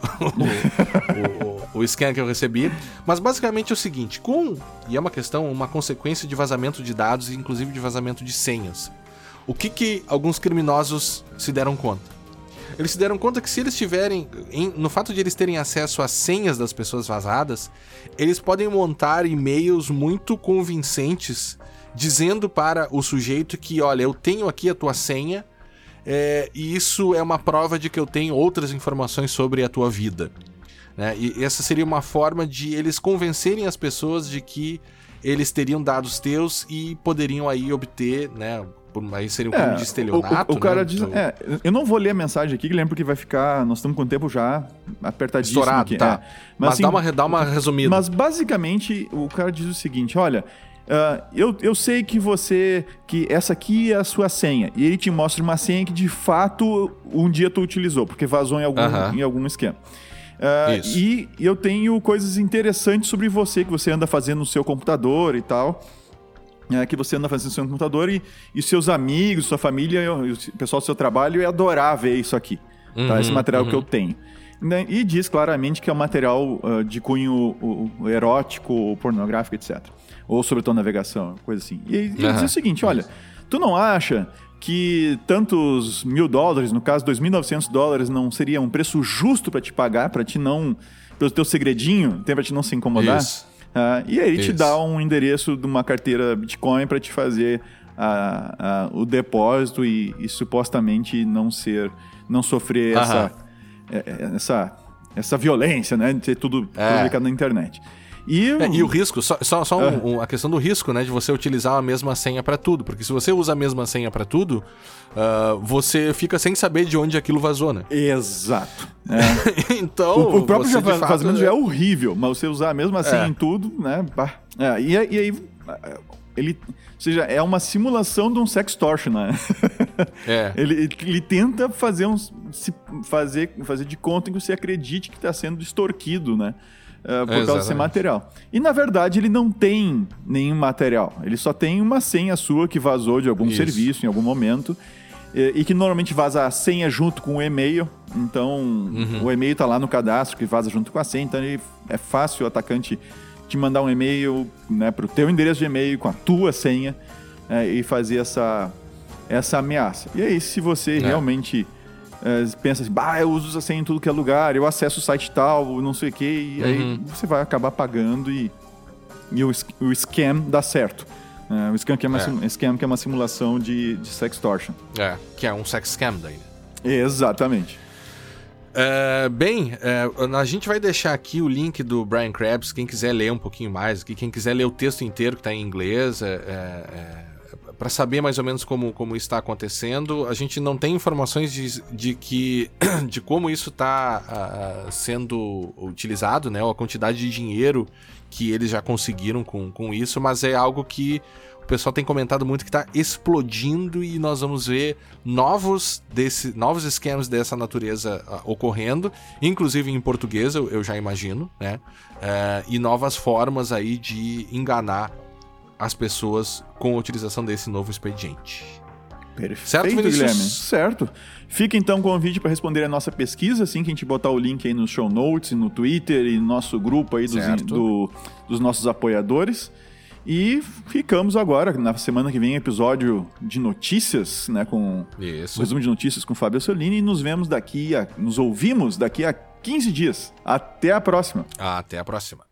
o, o, o, o scam que eu recebi. Mas basicamente é o seguinte, com, e é uma questão, uma consequência de vazamento de dados e inclusive de vazamento de senhas. O que que alguns criminosos se deram conta? Eles se deram conta que se eles tiverem, em, no fato de eles terem acesso às senhas das pessoas vazadas, eles podem montar e-mails muito convincentes, dizendo para o sujeito que, olha, eu tenho aqui a tua senha, é, e isso é uma prova de que eu tenho outras informações sobre a tua vida. Né? E essa seria uma forma de eles convencerem as pessoas de que eles teriam dados teus e poderiam aí obter, né? Aí seria um crime é, de estelionato. O, o, o cara né? diz. É, eu não vou ler a mensagem aqui, Guilherme, porque vai ficar. Nós estamos com o tempo já apertadíssimo. Estourado, aqui. Tá. É, mas mas assim, dá, uma, dá uma resumida. Mas basicamente o cara diz o seguinte: olha. Uh, eu, eu sei que você, que essa aqui é a sua senha, e ele te mostra uma senha que de fato um dia tu utilizou, porque vazou em algum, uh-huh. em algum esquema. Uh, e eu tenho coisas interessantes sobre você, que você anda fazendo no seu computador e tal, uh, que você anda fazendo no seu computador, e, e seus amigos, sua família, o pessoal do seu trabalho ia adorar ver isso aqui, uhum, tá? Esse material uhum. que eu tenho. E diz claramente que é um material uh, de cunho uh, uh, erótico, pornográfico, etcétera. Ou sobre a tua navegação, coisa assim. E ele uhum. diz o seguinte, olha, tu não acha que tantos mil dólares, no caso dois mil e novecentos dólares, não seria um preço justo para te pagar, para te não, pelo teu segredinho, para te não se incomodar? Isso. Uh, e aí ele Isso. te dá um endereço de uma carteira Bitcoin para te fazer uh, uh, o depósito e, e supostamente não ser... não sofrer essa, essa, essa violência, né? De ter tudo é. publicado na internet. E, é, e o risco, só, só, só um, um, a questão do risco, né? De você utilizar a mesma senha para tudo. Porque se você usa a mesma senha para tudo, uh, você fica sem saber de onde aquilo vazou, né? Exato. É. Então, o, o próprio já, fato, vazamento é... já é horrível, mas você usar a mesma senha é. em tudo, né? É, e, e aí, ele... Ou seja, é uma simulação de um sextortion, né? É. ele, ele tenta fazer, um, se, fazer, fazer de conta que você acredite que está sendo extorquido, né? Uh, por é, causa desse material. E, na verdade, ele não tem nenhum material. Ele só tem uma senha sua que vazou de algum Isso. serviço em algum momento e, e que normalmente vaza a senha junto com o e-mail. Então, uhum. o e-mail está lá no cadastro que vaza junto com a senha. Então, ele, é fácil o atacante te mandar um e-mail, né, para o teu endereço de e-mail com a tua senha é, e fazer essa, essa ameaça. E aí, se você é. realmente... É, pensa assim, bah, eu uso essa senha em tudo que é lugar, eu acesso o site tal, não sei o que, e uhum. aí você vai acabar pagando e, e o, o scam dá certo. É, o scam que é, uma, é. scam que é uma simulação de, de sextortion. É, que é um sex scam daí. Exatamente. É, bem, é, a gente vai deixar aqui o link do Brian Krebs, quem quiser ler um pouquinho mais, quem quiser ler o texto inteiro que está em inglês, é, é, para saber mais ou menos como, como isso está acontecendo. A gente não tem informações de, de, que, de como isso está uh, sendo utilizado, né? Ou a quantidade de dinheiro que eles já conseguiram com, com isso, mas é algo que o pessoal tem comentado muito que está explodindo e nós vamos ver novos, desse, novos esquemas dessa natureza uh, ocorrendo, inclusive em português, eu, eu já imagino, né? Uh, e novas formas aí de enganar as pessoas com a utilização desse novo expediente. Perfeito, certo, Vinícius? Guilherme? Certo. Fica então o convite para responder a nossa pesquisa, assim que a gente botar o link aí nos show notes, no Twitter e no nosso grupo aí dos, do, dos nossos apoiadores. E ficamos agora, na semana que vem, episódio de notícias, né, com Isso. resumo de notícias com Fábio Solini, e nos vemos daqui a, nos ouvimos daqui a quinze dias. Até a próxima. Até a próxima.